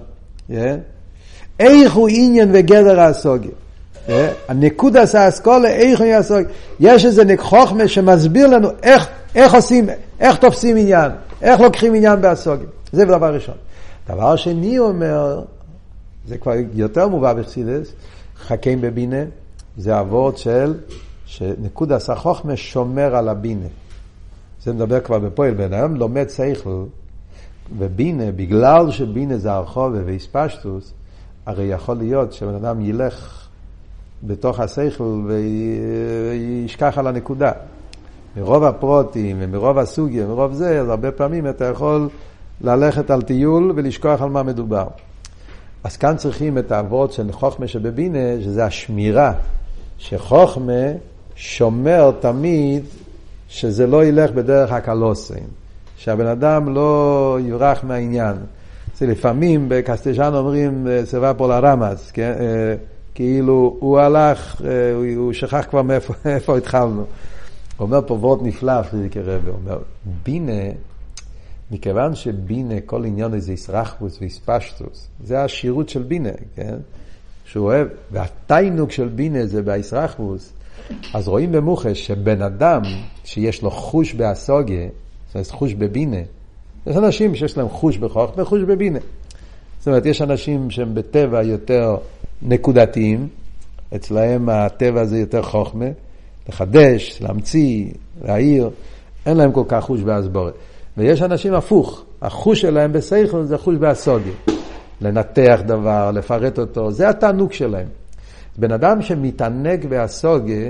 איך הוא עניין וגדר הסוגיה. הנקוד עשה אסכולה, איך הוא הסוגיה. יש איזה חוכמה שמסביר לנו איך עושים, איך תופסים עניין, איך לוקחים עניין בהסוגיה. זה דבר ראשון. דבר שני אומר, זה כבר יותר מובא בחסידות, חכים בבינה, זה אבות שנקוד עשה חוכמה שומר על הבינה. זה מדבר כבר בפועל, בן אדם לומד שכל, ובינה, בגלל שבינה זה הרחוב והספשטוס, הרי יכול להיות שבן אדם ילך בתוך השכל וישכח על הנקודה. מרוב הפרוטים ומרוב הסוגיה, מרוב זה, אז הרבה פעמים אתה יכול ללכת על טיול ולשכוח על מה מדובר. אז כאן צריכים את האבות של חוכמה שבבינה, שזה השמירה, שחוכמה שומר תמיד שזה לא ילך בדרך הקלוסים, שהבן אדם לא יורח מהעניין. זה לפעמים בקסטג'אן אומרים סבא פה לרמז, כן? כאילו הוא הלך, הוא שכח כבר מאיפה התחלנו. הוא אומר פה וורט נפלא, פרידיקי רבי, הוא אומר, בינה, מכיוון שבינה כל עניין איזה ישרחבוס ויספשטוס, זה השירות של בינה, כן? שהוא אוהב, והתיינוק של בינה זה בישרחבוס, אז רואים במוחש שבן אדם שיש לו חוש בהסוגיה, זאת אומרת חוש בבינה, יש אנשים שיש להם חוש בחוכמה וחוש בבינה. זאת אומרת, יש אנשים שהם בטבע יותר נקודתיים, אצלהם הטבע זה יותר חוכמה, לחדש, להמציא, להעיר, אין להם כל כך חוש בהסבורת. ויש אנשים הפוך, החוש שלהם בשכל זה חוש בהסוגיה. לנתח דבר, לפרט אותו, זה התענוג שלהם. בן אדם שמתענג בהסוגיה,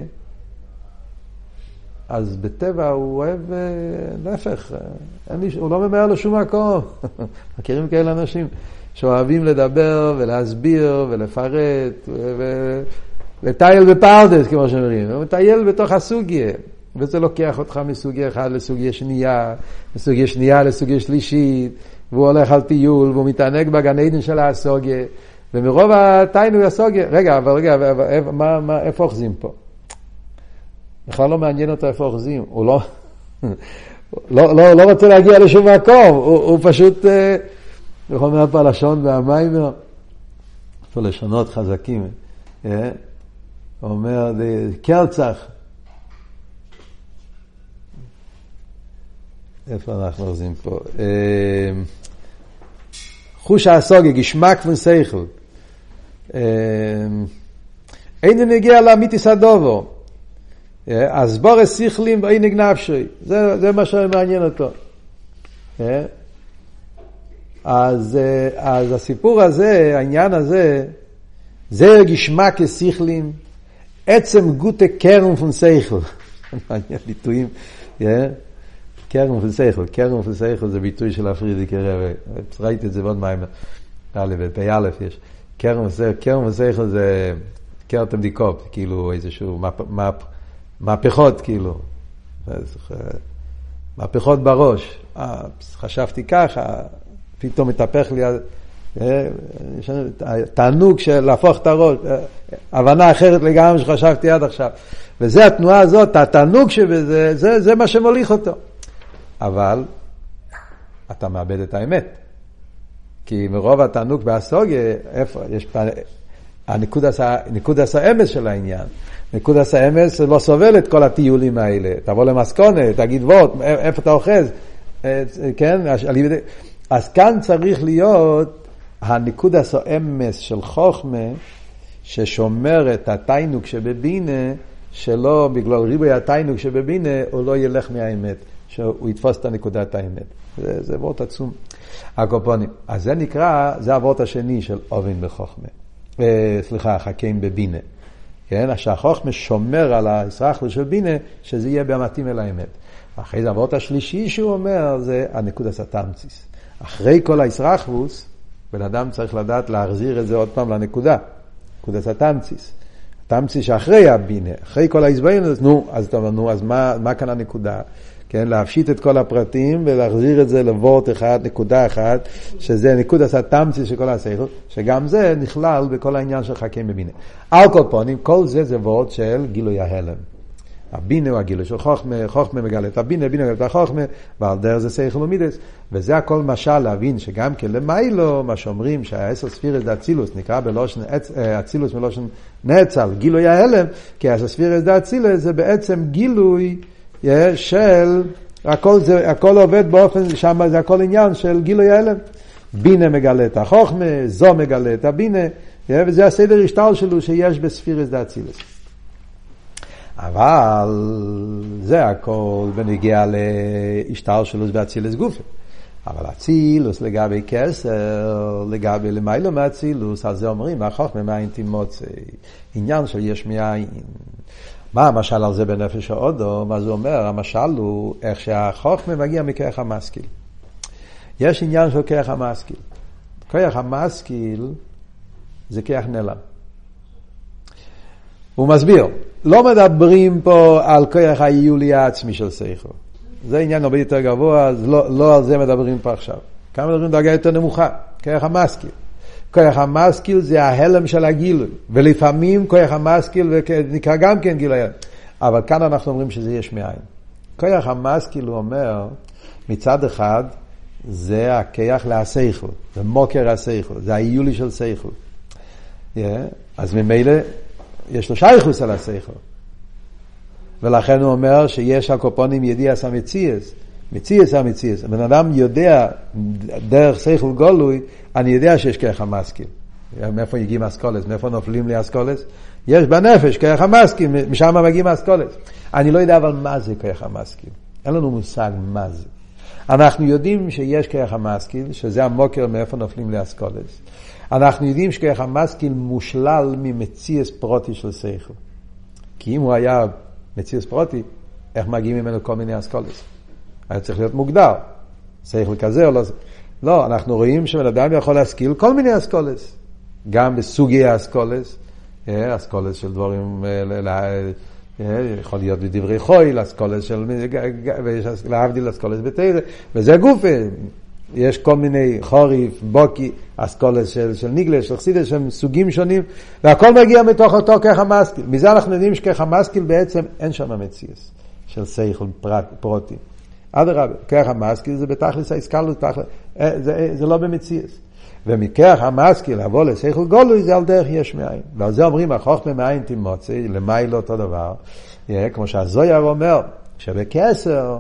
אז בטבע הוא אוהב, להפך, הוא לא ממהר לו שום מקום. מכירים כאלה אנשים שאוהבים לדבר ולהסביר ולפרט לטייל בפרדס, כמו שאומרים. הוא מטייל בתוך הסוגיה, וזה לוקח אותך מסוגיה אחד לסוגיה שנייה, מסוגיה שנייה לסוגיה שלישית, והוא הולך על טיול, והוא מתענג בגן עדן של הסוגיה, ומרוב התיינוג הסוגיה, רגע, איפה אוחזים פה? בכלל לא מעניין אותו איפה אוחזים, הוא לא רוצה להגיע לשום מקום, הוא פשוט, הוא אומר פה לשון והמים, פה לשונות חזקים, הוא אומר, קרצח, איפה אנחנו אוחזים פה? חוש הסוגיה, גשמק ושכל, אין נגיע לאמיתיס הדובו, אז בורס שכלים ואין נגנפשוי, זה מה שמעניין אותו. אז הסיפור הזה, העניין הזה, זה גשמק כשכלים, עצם גוטה קרן פון שכל. מעניין ביטויים, קרן פון שכל, קרן פון שכל זה ביטוי של הפרידיקי רבי, ראיתי את זה בעוד מיימר, בפ"א יש, קרן פון שכל זה קרתם דיקופ, כאילו איזשהו מהפכות כאילו, מהפכות בראש, חשבתי ככה, פתאום מתהפך לי, תענוג של להפוך את הראש, הבנה אחרת לגמרי שחשבתי עד עכשיו, וזה התנועה הזאת, התענוג שבזה, זה מה שמוליך אותו. אבל אתה מאבד את האמת, כי מרוב התענוג בהסוגיה, איפה יש נקודת האמס של העניין, נקודת האמס לא סובל את כל הטיולים האלה, תבוא למסכונה, תגיד וורט, איפה אתה אוחז, כן? אז כאן צריך להיות הנקודת האמס של חוכמה, ששומר את התיינוג שבבינה, שלא בגלל ריבוי התיינוג שבבינה, הוא לא ילך מהאמת, שהוא יתפוס את הנקודת האמת. זה וורט עצום. הקופונים. אז זה נקרא, זה הוורט השני של אובן בחוכמה. חכים בבינה. כן? שהחוכמה שומר על הישרחלות של בינה, שזה יהיה במתאים אל האמת. אחרי זה הוורט השלישי שהוא אומר, זה הנקודת התמציס. אחרי כל הישרחלות, בן אדם צריך לדעת להחזיר את זה עוד פעם לנקודה. נקודת התמציס. התמציס שאחרי הבינה, אחרי כל ההסברים, אז אתה אומר, אז מה כאן הנקודה? כן, להפשיט את כל הפרטים ולהחזיר את זה לוורט אחד, נקודה אחת, שזה נקודת התמציס של כל השכל, שגם זה נכלל בכל העניין של חכים בבינה. על כל פנים, כל זה זה וורט של גילוי ההלם. הבינה הוא הגילוי של חוכמה, חוכמה מגלה את הבינה, בינה מגלה את החוכמה, ועל דרך זה שכל ומידס. וזה הכל משל להבין שגם כלמיילו, מה שאומרים שהעשר ספירס דה אצילוס, נקרא בלושן אצילוס מלושן נאצל, גילוי ההלם, כי העשר ספירס דה אצילוס זה בעצם גילוי של, הכל עובד באופן, שם זה הכל עניין של גילוי ההלם. בינה מגלה את החוכמה, זו מגלה את הבינה, וזה הסדר השתל שלו שיש בספירס דה אצילוס. אבל זה הכל בנגיע להשתל שלו באצילוס גופה. אבל אצילוס לגבי כסר, לגבי למיילו מאצילוס, על זה אומרים, החוכמה מאין תימוצא, עניין של יש מאין. מה המשל על זה בנפש האודו? מה זה אומר? המשל הוא איך שהחוכמה מגיע מכוח המשכיל. יש עניין של כוח המשכיל. כוח המשכיל זה כוח נעלם. הוא מסביר, לא מדברים פה על כוח העיולי העצמי של שכל. זה עניין הרבה יותר גבוה, אז לא על זה מדברים פה עכשיו. כאן מדברים דרגה יותר נמוכה, כוח המשכיל. כוח המשכיל זה ההלם של הגילוי, ולפעמים כוח המשכיל נקרא גם כן גילוי. אבל כאן אנחנו אומרים שזה יש מאין. כוח המשכיל הוא אומר, מצד אחד, זה הכוח להשכל, זה מוקר השכל, זה העיולי של שכל. אז ממילא, יש לו שייכוס על השכל. ולכן הוא אומר שיש הקופונים ידיעס המציאס, מציאס המציאס. בן אדם יודע דרך שכל גולוי, אני יודע שיש כוח המשכיל. מאיפה יגיעים אסכולס? מאיפה נופלים לי אסכולס? יש בנפש כוח המשכיל, משם מגיעים אסכולס. אני לא יודע אבל מה זה כוח המשכיל. אין לנו מושג מה זה. אנחנו יודעים שיש כוח המשכיל, שזה המוקר מאיפה נופלים לי אסכולס. אנחנו יודעים שכוח המשכיל מושלל ממציאס פרוטי של שכל. כי אם הוא היה מציאס פרוטי, איך מגיעים ממנו כל מיני אסכולס? היה צריך להיות מוגדר. שכל כזה או לא זה. לא, אנחנו רואים שבן אדם יכול להשכיל כל מיני אסכולס. גם בסוגי האסכולס, אסכולס של דברים, יכול להיות בדברי חוי, אסכולס של, להבדיל אסכולס בתורה, וזה גוף, יש כל מיני חוריף, בוקי, אסכולס של ניגלה, של חסידות, שהם סוגים שונים, והכל מגיע מתוך אותו כוח המשכיל. מזה אנחנו יודעים שכוח המשכיל בעצם אין שם מציאס של שכל פרוטי. אדרבה, כוח המשכיל זה בתכלס ההשכלות, זה לא במציאס. ומכוח המשכיל לבוא לשכל גולוי זה על דרך יש מאין. ועל זה אומרים, החוכמה מאין תימוצא, למיילו אותו דבר. כמו שהזויר אומר, שבקסר,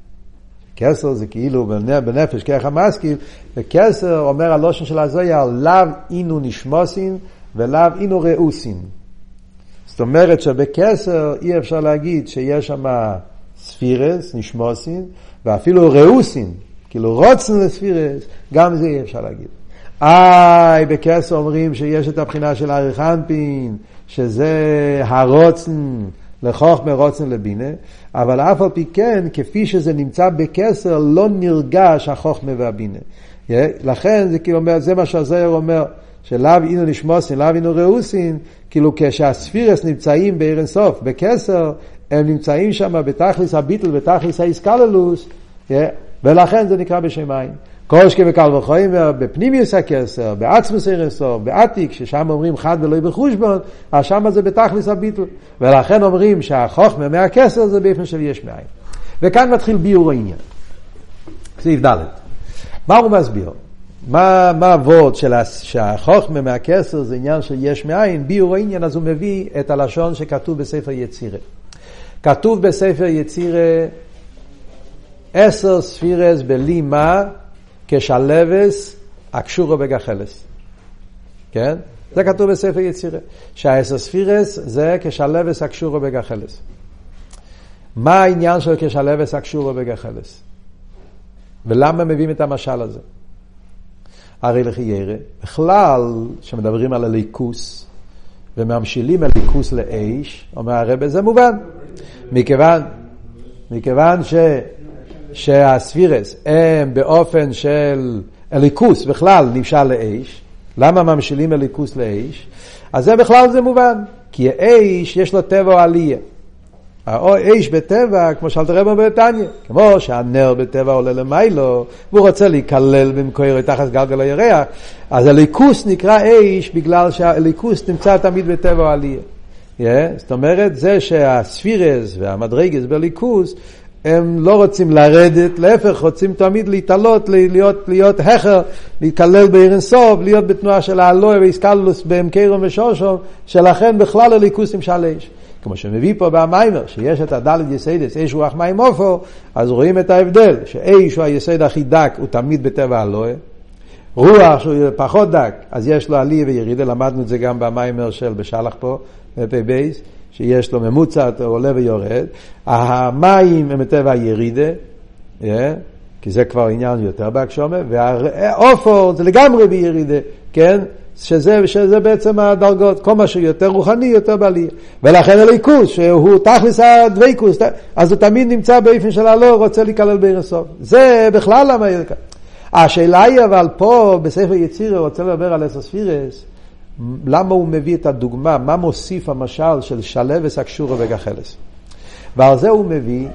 קסר זה כאילו בנפש כוח המשכיל, וקסר אומר הלושן של הזויר, לאו אינו נשמוסין ולאו אינו ראוסין. זאת אומרת שבקסר אי אפשר להגיד שיש שם ספירס, נשמוסין, ואפילו ראוסין, כאילו רוצן לספירס, גם זה אי אפשר להגיד. בקסר אומרים שיש את הבחינה של אריכנפין, שזה הרוצן לחוכמה רוצן לבינה, אבל אף על פי כן, כפי שזה נמצא בקסר, לא נרגש החוכמה והבינה. לכן זה כאילו אומר, זה מה שהזויר אומר, שלאו אינו נשמוסין, לאו אינו ראוסין, כאילו כשהספירס נמצאים בעיר אין סוף, בקסר, הם נמצאים שם בתכליס הביטל, בתכליס האיסקללוס, ולכן זה נקרא בשם עין. כל שכם וקל וחומר, בפנימיוס הקסר, בעצמוס עיר אין סוף, בעתיק, ששם אומרים חד ולא בחושבון, אז שם זה בתכליס הביטל. ולכן אומרים שהחוכמה מהקסר זה באופן של יש מאין. וכאן מתחיל ביור העניין. סעיף ד'. מה הוא מסביר? מה העבוד שהחוכמה מהקסר זה עניין של יש מאין? ביור העניין, אז הוא מביא את הלשון שכתוב בספר יצירה. כתוב בספר יצירה 10 ספירס בלי מה כשלבס הקשורו בגחלס. כן? זה כתוב בספר יצירה. שה10 ספירס זה כשלבס הקשורו בגחלס. מה העניין של כשלבס הקשורו בגחלס? ולמה מביאים את המשל הזה? הרי לחיירה, בכלל שמדברים על הליכוס וממשילים הליכוס לאיש, אומר הרב, זה מובן. מכיוון שהספירס הם באופן של הליכוס בכלל נמשל לאיש, למה ממשילים הליכוס לאיש? אז זה בכלל זה מובן, כי האיש יש לו טבע עלייה. האיש בטבע, כמו שאלת הרב בתניא, כמו שהנר בטבע עולה למיילו, והוא רוצה להיכלל במקורו תחת גלגל הירח, אז הליכוס נקרא איש בגלל שהליכוס נמצא תמיד בטבע עלייה. זאת אומרת, זה שהספירס והמדרגס בליכוס, הם לא רוצים לרדת, להפך, רוצים תמיד להתעלות, להיות החר, להתקלל בעיר אין סוף, להיות בתנועה של האלוה והסקלוס במקרום ושושום, שלכן בכלל הליכוס נמשל איש. כמו שמביא פה במיימר, שיש את הדלת יסיידס, איש רוח מים אופו, אז רואים את ההבדל, שאיש הוא היסייד הכי דק, הוא תמיד בטבע האלוה, רוח שהוא פחות דק, אז יש לו עלייה וירידה, למדנו את זה גם במיימר של בשלח פה, בפי בייס, שיש לו ממוצע, הוא עולה ויורד, המים הם בטבע הירידה, כי זה כבר עניין יותר בהגשמה, והאופו זה לגמרי בירידה, כן? שזה בעצם הדרגות, כל מה שיותר רוחני, יותר בעלייה. ולכן הליכוס, שהוא תכלס הדוויקוס, אז הוא תמיד נמצא באופן של הלא, רוצה להיכלל בעיר הסוף. זה בכלל למה יהיה כאן. השאלה היא אבל פה, בספר יצירה, רוצה לדבר על 10 ספירס, למה הוא מביא את הדוגמה, מה מוסיף המשל של שלבס הקשורו בגחלס. ועל זה הוא מביא,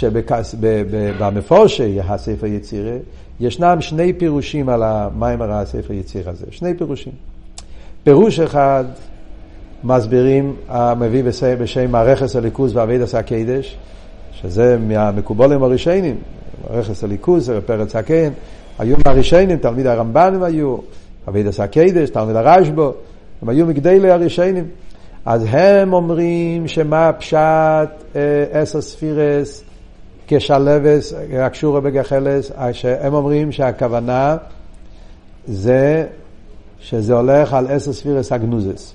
שבמפורשי הספר יצירה, ישנם 2 פירושים על המיימר הספר יצירה הזה. 2 פירושים. פירוש אחד, מסבירים, מביא בשם הרכס הליכוס ועבודת הקדש, שזה מהמקובלים הראשונים, הרכס הליכוס, פרץ הקן, היו מהראשונים, תלמיד הרמב"נים היו, עבודת הקדש, תלמיד הרשב"א, הם היו מגדלי הראשונים. אז הם אומרים שמה פשט 10 ספירס, כשלבס הקשורו בגחלס, הם אומרים שהכוונה זה שזה הולך על 10 ספירס הגנוזס.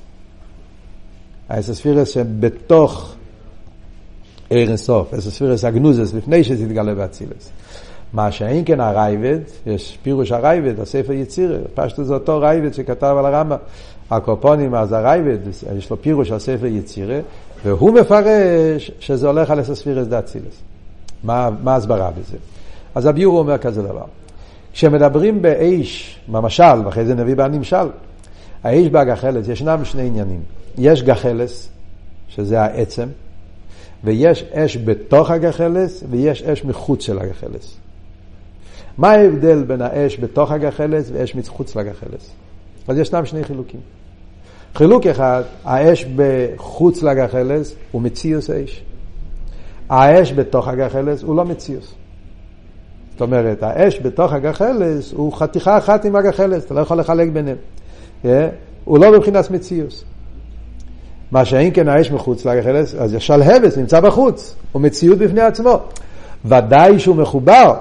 10 ספירס שבתוך עיר אינסוף, 10 ספירס הגנוזס, לפני שתתגלה באצילס. מה שאין כן הרייבד, יש פירוש הרייבד, הספר יצירה, פשטו זה אותו רייבד שכתב על הרמב"ם, הקופונים, אז הרייבד, יש לו פירוש על ספר יצירה, והוא מפרש שזה הולך על 10 ספירס דאצילס. מה הסברה בזה? אז הביור אומר כזה דבר. כשמדברים באש, במשל, ואחרי זה נביא בנמשל, האש בהגחלס, ישנם שני עניינים. יש גחלס, שזה העצם, ויש אש בתוך הגחלס, ויש אש מחוץ של הגחלס. מה ההבדל בין האש בתוך הגחלס ואש מחוץ לגחלס? אז ישנם שני חילוקים. חילוק אחד, האש בחוץ לגחלס הוא מציוס האש. האש בתוך הגחלס הוא לא מציוס. זאת אומרת, האש בתוך הגחלס הוא חתיכה אחת עם הגחלס, אתה לא יכול לחלק ביניהם. הוא לא בבחינת מציוס. מה שאין כן האש מחוץ לגחלס, אז השלהבס נמצא בחוץ, הוא מציאות בפני עצמו. ודאי שהוא מחובר,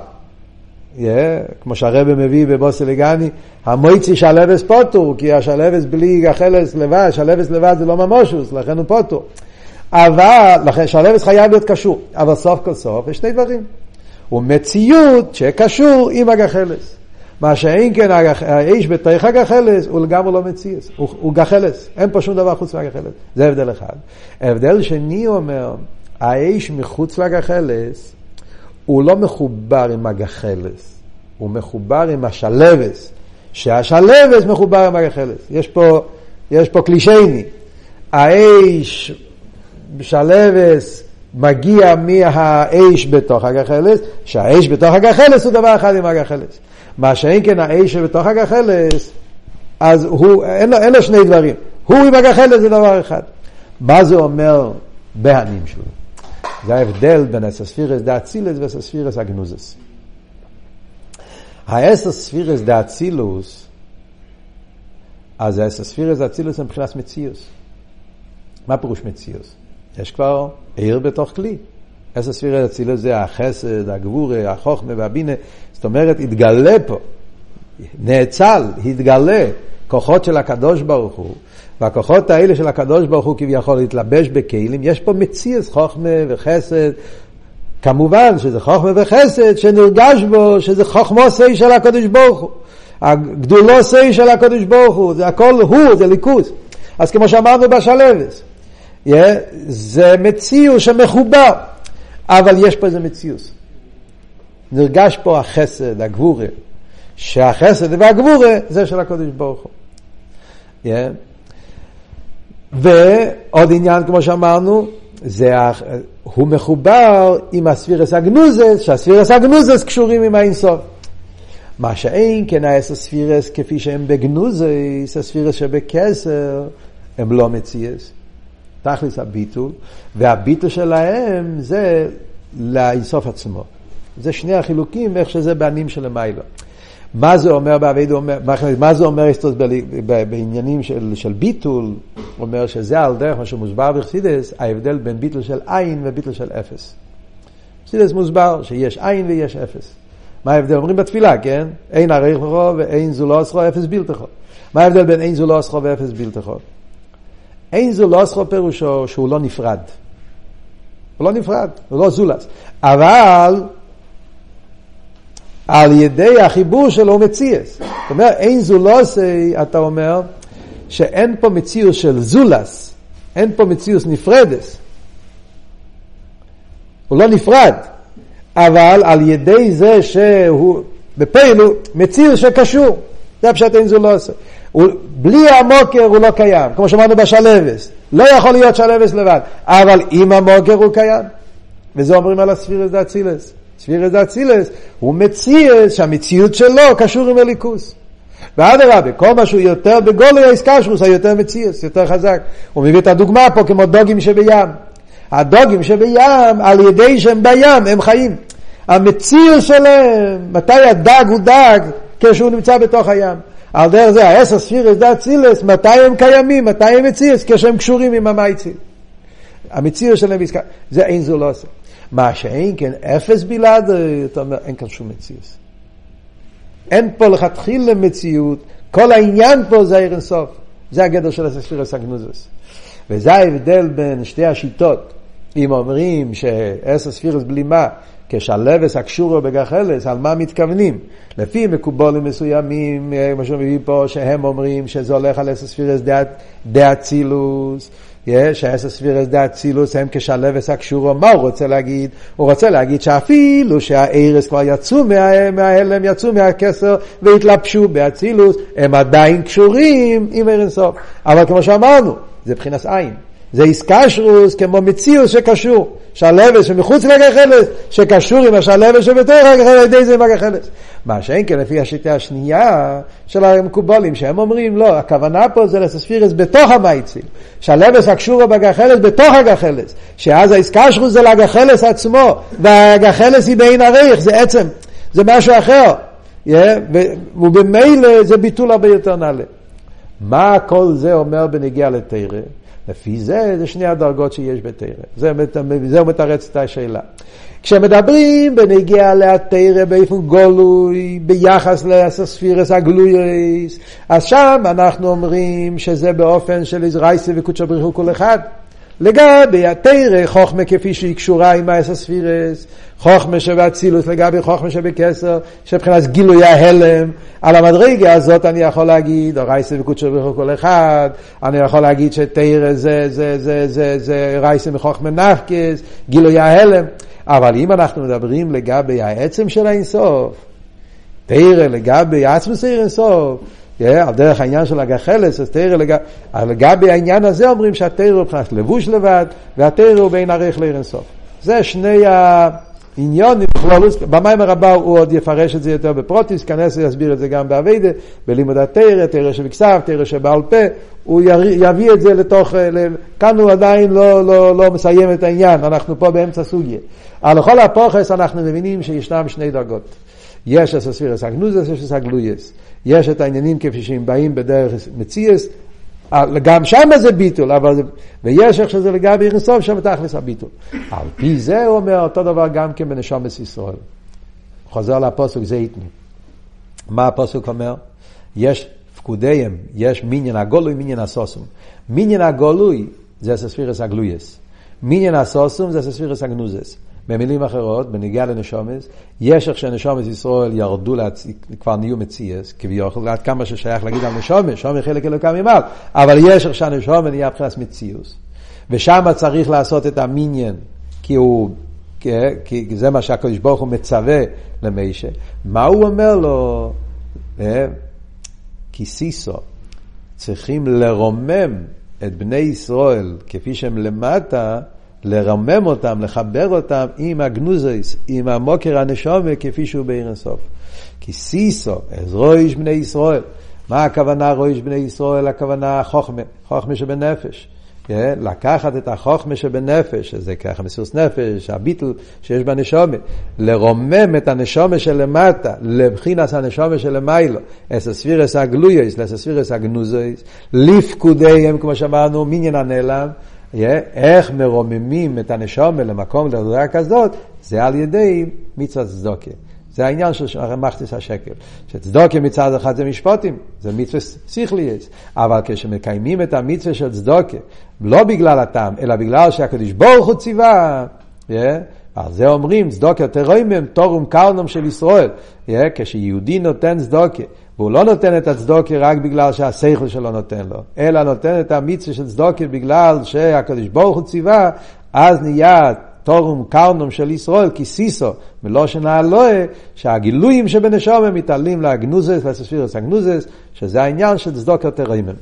כמו שהרבא מביא בבוסלגני, המויצי שלהבס פוטור, כי השלהבס בלי גחלס לבד, שלהבס לבד זה לא ממושוס, לכן הוא פוטור. אבל, לכן שלהבס חייב להיות קשור. אבל סוף כל סוף יש שני דברים. הוא מציאות שקשור עם הגחלס. מה שאין כן האש בתוך הגחלס, הוא לגמרי לא מציאס. הוא גחלס. אין פה שום דבר חוץ מהגחלס. זה הבדל אחד. ההבדל שני אומר, האש מחוץ לגחלס, הוא לא מחובר עם הגחלס. הוא מחובר עם השלבס. שהשלבס מחובר עם הגחלס. יש פה קלישייני. האש בשלבס מגיע מהאש בתוך הגחלס, שהאש בתוך הגחלס הוא דבר אחד עם הגחלס. מה שאין כן האש בתוך הגחלס, אז אין לו שני דברים. הוא עם הגחלס זה דבר אחד. מה זה אומר בהנים שלו? זה ההבדל בין הספירס דאצילס והספירס הגנוזס. הספירס דאצילוס, אז הספירס דאצילוס הם מבחינת מציאוס. מה פירוש מציאוס? יש כבר עיר בתוך כלי. הספירס דאצילוס זה החסד, הגבורה, החוכמה והבינה. זאת אומרת, התגלה פה, נאצל, התגלה כוחות של הקדוש ברוך הוא, והכוחות האלה של הקדוש ברוך הוא כביכול להתלבש בכלים. יש פה מציאס חוכמה וחסד, כמובן שזה חוכמה וחסד שנרגש בו, שזה חוכמוסי של הקדוש ברוך הוא, הגדולוסי של הקדוש ברוך הוא, זה הכל הוא, זה ליכוז. אז כמו שאמרנו בשלבס, זה מציאוס שמחובר, אבל יש פה איזה מציאוס. נרגש פה החסד, הגבורה, שהחסד והגבורה זה של הקדוש ברוך הוא. ועוד עניין כמו שאמרנו, הוא מחובר עם הספירס הגנוזס, שהספירס הגנוזס קשורים עם האינסוף. מה שאין כן הספירס כפי שהם בגנוזס, הספירס שבקסר, הם לא מציאס. תכלס הביטול, והביטול שלהם זה לאינסוף עצמו. זה שני החילוקים, איך שזה בענים של המילה. מה זה אומר מה זה אומר בעניינים של ביטול? אומר שזה על דרך מה שמוסבר בחסידס, ההבדל בין ביטול של עין וביטול של אפס. בחסידס מוסבר שיש עין ויש אפס. מה ההבדל? אומרים בתפילה, כן? אין עריכו ואין זולוסכו, אפס בלתכו. מה ההבדל בין אין זולוסכו ואפס בלתכו? אין זולוסכו פירושו שהוא לא נפרד. הוא לא נפרד, הוא לא זולס. אבל על ידי החיבור שלו מציאס. זאת אומרת, אין זולוסי, אתה אומר, שאין פה מציאוס של זולס, אין פה מציאוס נפרדס. הוא לא נפרד, אבל על ידי זה שהוא בפעילו מציאוס שקשור. זה פשוט אין זולוסי. בלי המוקר הוא לא קיים, כמו שאמרנו בשלבס. לא יכול להיות שלבס לבד, אבל עם המוקר הוא קיים. וזה אומרים על הספירס דאצילס. ספירס דאצילס הוא מציאס שהמציאות שלו קשור עם הליכוס. ואדרבה, כל מה שהוא יותר בגולוי האיסקשרוס, היותר מציאס, יותר חזק. הוא מביא את הדוגמה פה כמו דוגים שבים. הדוגים שבים, על ידי שהם בים, הם חיים. המציאס שלהם, מתי הדג הוא דג? כשהוא נמצא בתוך הים. על דרך זה, 10 ספירס דאצילס, מתי הם קיימים, מתי הם מציאס? כשהם קשורים עם המייציל. המציאס שלהם, זה אין זו לא עושה. מה שאין כן אפס בלעד, אתה אומר, אין כאן שום מציאות. אין פה לכתחילה מציאות, כל העניין פה זה עיר אינסוף. זה הגדר של הספירס הגנוזס. וזה ההבדל בין שתי השיטות. אם אומרים שעשר ספירס בלימה, כשהלבס הקשורו בגחלס, על מה מתכוונים? לפי מקובולים מסוימים, מה שמביא פה, שהם אומרים שזה הולך על עשר ספירס דה אצילוס, שעשר ספירס דה אצילוס הם כשהלבס הקשורו. מה הוא רוצה להגיד? הוא רוצה להגיד שאפילו שהארס כבר יצאו מההלם, יצאו מהכסר והתלבשו באצילוס, הם עדיין קשורים עם עיר אינסוף. אבל כמו שאמרנו, זה בחינת עין. זה איסקשרוס כמו מציאוס שקשור. שהלבס שמחוץ לגחלס, שקשור עם השלבס שבתוך הגחלס, על ידי זה עם הגחלס. מה שאין כן לפי השיטה השנייה של המקובלים, שהם אומרים, לא, הכוונה פה זה לספירס בתוך המייציל. שהלבס הקשור בגחלס בתוך הגחלס. שאז האיסקשרוס זה לגחלס עצמו, והגחלס היא בעין הריח, זה עצם, זה משהו אחר. ובמילא זה ביטול הרבה יותר נעלה. מה כל זה אומר בנגיע לתורה? לפי זה שני הדרגות שיש בתורה. זה מתרץ את השאלה. כשמדברים בנגיע לתורה באופן גולוי, ביחס לספירס הגלויס, אז שם אנחנו אומרים שזה באופן של איזרייסה וקודשא בריך הוא כל אחד. לגבי התורה, חוכמה כפי שהיא קשורה עם הספירס, חוכמה שבאצילוס לגבי חוכמה שבקסר, שבחינת גילוי ההלם. על המדרגה הזאת אני יכול להגיד, רייסה וקודשא בריך הוא כל אחד, אני יכול להגיד שתורה זה רייסה מחוכמה נפקס, גילוי ההלם. אבל אם אנחנו מדברים לגבי העצם של האינסוף, תורה לגבי עצמוס האינסוף, על דרך העניין של הגחלס, אז תורה לגבי העניין הזה אומרים שהתורה הוא מבחינת לבוש לבד, והתורה הוא בין ערך לעיר אינסוף. זה שני העניונים, במיימר הבא הוא עוד יפרש את זה יותר בפרוטיס, כנס יסביר את זה גם בעבודה, בלימוד התורה, תורה שבכסף, תורה שבעל פה, הוא יביא את זה לתוך, כאן הוא עדיין לא מסיים את העניין, אנחנו פה באמצע סוגיה. על כל הפוחס אנחנו מבינים שישנם שני דרגות. יש את הספירס הגנוזס, יש את הגלויס. יש את העניינים כפי שהם באים בדרך מציאס, גם שם זה ביטול, ויש איך שזה לגבי עיר אינסוף, שם תכלס הביטול. על פי זה הוא אומר אותו דבר גם כן בנשומת ישראל. חוזר לפסוק זה יתנו. מה הפסוק אומר? יש פקודיהם, יש מניין הגולוי, מניין הסוסום. מניין הגולוי זה הספירס הגלויס. מניין הסוסום זה הספירס הגנוזס. במילים אחרות, בנגיעה לנשומס, יש איך שנשומס ישראל ירדו, כבר נהיו מציאס, כביכול, עד כמה ששייך להגיד על נשומס, שומס חלק אלוקה ממעל, אבל יש איך שהנשומס נהיה מבחינת מציאוס. ושם צריך לעשות את המניין, כי זה מה שהקדוש ברוך הוא מצווה למשה. מה הוא אומר לו? כי סיסו, צריכים לרומם את בני ישראל, כפי שהם למטה, לרמם אותם, לחבר אותם עם הגנוזס, עם המוקר הנשמה כפי שהוא בעיר אינסוף. כי סיסו, אז רויש בני ישראל. מה הכוונה רויש בני ישראל? הכוונה חוכמה, חוכמה שבנפש. לקחת את החוכמה שבנפש, שזה ככה מסירות נפש, הביטל שיש בנשמה, לרומם את הנשמה שלמטה, לבחינס הנשמה שלמיילו, את הספירס הגלויס, לספירס הגנוזס, לפקודיהם, כמו שאמרנו, מניין הנעלם, איך מרוממים את הנשמה למקום לדרגה כזאת, זה על ידי מצוות צדוקה. זה העניין של מחתס השקל. שצדוקה מצד אחד זה משפטים, זה מצווה שכליות. אבל כשמקיימים את המצווה של צדוקה, לא בגלל הטעם, אלא בגלל שהקדוש ברוך הוא ציווה, על זה אומרים, צדוקה תרוימם תורום קרנום של ישראל. כשיהודי נותן צדוקה, והוא לא נותן את הצדוקה רק בגלל שהשכל שלו נותן לו, אלא נותן את המצווה של צדוקה בגלל שהקדוש ברוך הוא ציווה, אז נהיה תורום קרנום של ישראל, כי סיסו, מלושן האלוהי, שהגילויים שבנשמה מתעלים להגנוזס, לספירס הגנוזס, שזה העניין של צדוקה תרוימם.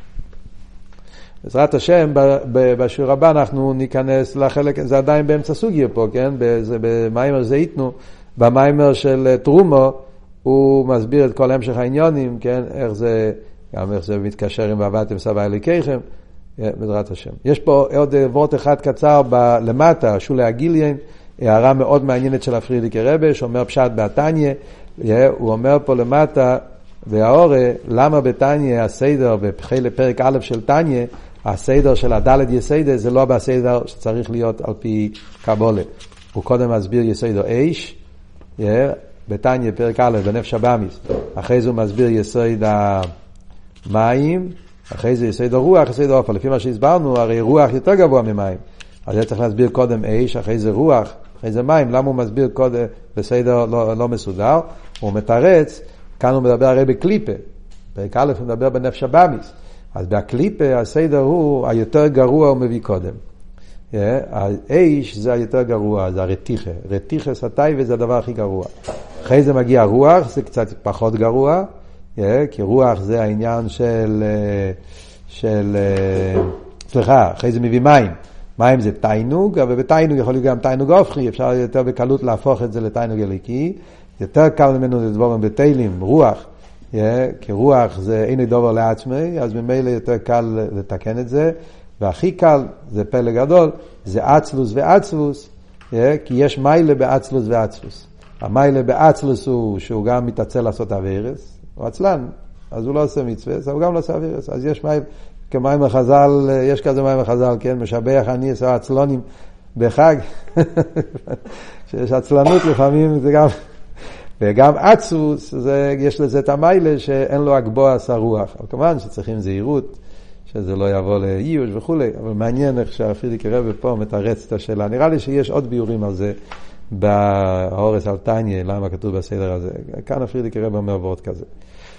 בעזרת השם, בשיעור הבא אנחנו ניכנס לחלק, זה עדיין באמצע סוגיה פה, כן? במיימר זה יתנו, במיימר של תרומו, הוא מסביר את כל המשך העניונים, כן? איך זה, גם איך זה מתקשר עם ועבדתם סבא אלוקיכם, בעזרת השם. יש פה עוד וורט אחד קצר למטה, שולי הגיליין, הערה מאוד מעניינת של הפרידיקי רבי, שאומר פשט בתניא, הוא אומר פה למטה, והאורה, למה בתניא הסדר, בפרק א' של תניא, הסדר של הדלת יסיידה, זה לא בסדר שצריך להיות על פי קבולה. הוא קודם מסביר יסיידו איש, בתניא פרק א' בנפש הבאמיס, אחרי זה הוא מסביר יסייד מים, אחרי זה יסוד הרוח, יסוד האופל. לפי מה שהסברנו, הרי רוח יותר גבוה ממים. אז זה צריך להסביר קודם אש, אחרי זה רוח, אחרי זה מים. למה הוא מסביר קודם בסדר לא מסודר? הוא מתרץ, כאן הוא מדבר הרי בקליפה. פרק א' הוא מדבר בנפש הבאמיס. אז בקליפה הסדר הוא היותר גרוע הוא מביא קודם. האש זה היותר גרוע, זה הרתיחה. רתיחה סטאי וזה הדבר הכי גרוע. אחרי זה מגיע רוח, זה קצת פחות גרוע. כי רוח זה העניין סליחה, אחרי זה מביא מים. מים זה תיינוג, אבל בתיינוג יכול להיות גם תיינוג הופכי, אפשר יותר בקלות להפוך את זה לתיינוג אליקי. יותר קל ממנו לדברים בתהילים, רוח. כי רוח זה אין דבר לעצמי, אז ממילא יותר קל לתקן את זה. והכי קל, זה פלא גדול, זה אצלוס ועצלוס, כי יש מיילה באצלוס ועצלוס. המיילה באצלוס הוא שהוא גם מתעצל לעשות אבירס, הוא עצלן, אז הוא לא עושה מצווה, אז הוא גם לא עושה אבירס. אז יש מים, כמים החז"ל, יש כזה מים החז"ל, כן, משבח אני עושה עצלונים בחג, שיש עצלנות לפעמים, זה גם, וגם עצלוס, יש לזה את המיילה שאין לו הגבוה עשה רוח. אבל כמובן שצריכים זהירות, שזה לא יבוא לאיוש וכו'. אבל מעניין איך שהפרידיק רבי פה מתרץ את השאלה. נראה לי שיש עוד ביורים על זה באורס על תניה, למה כתוב בסדר הזה. כאן הפרידיק רבי אומר ועוד כזה.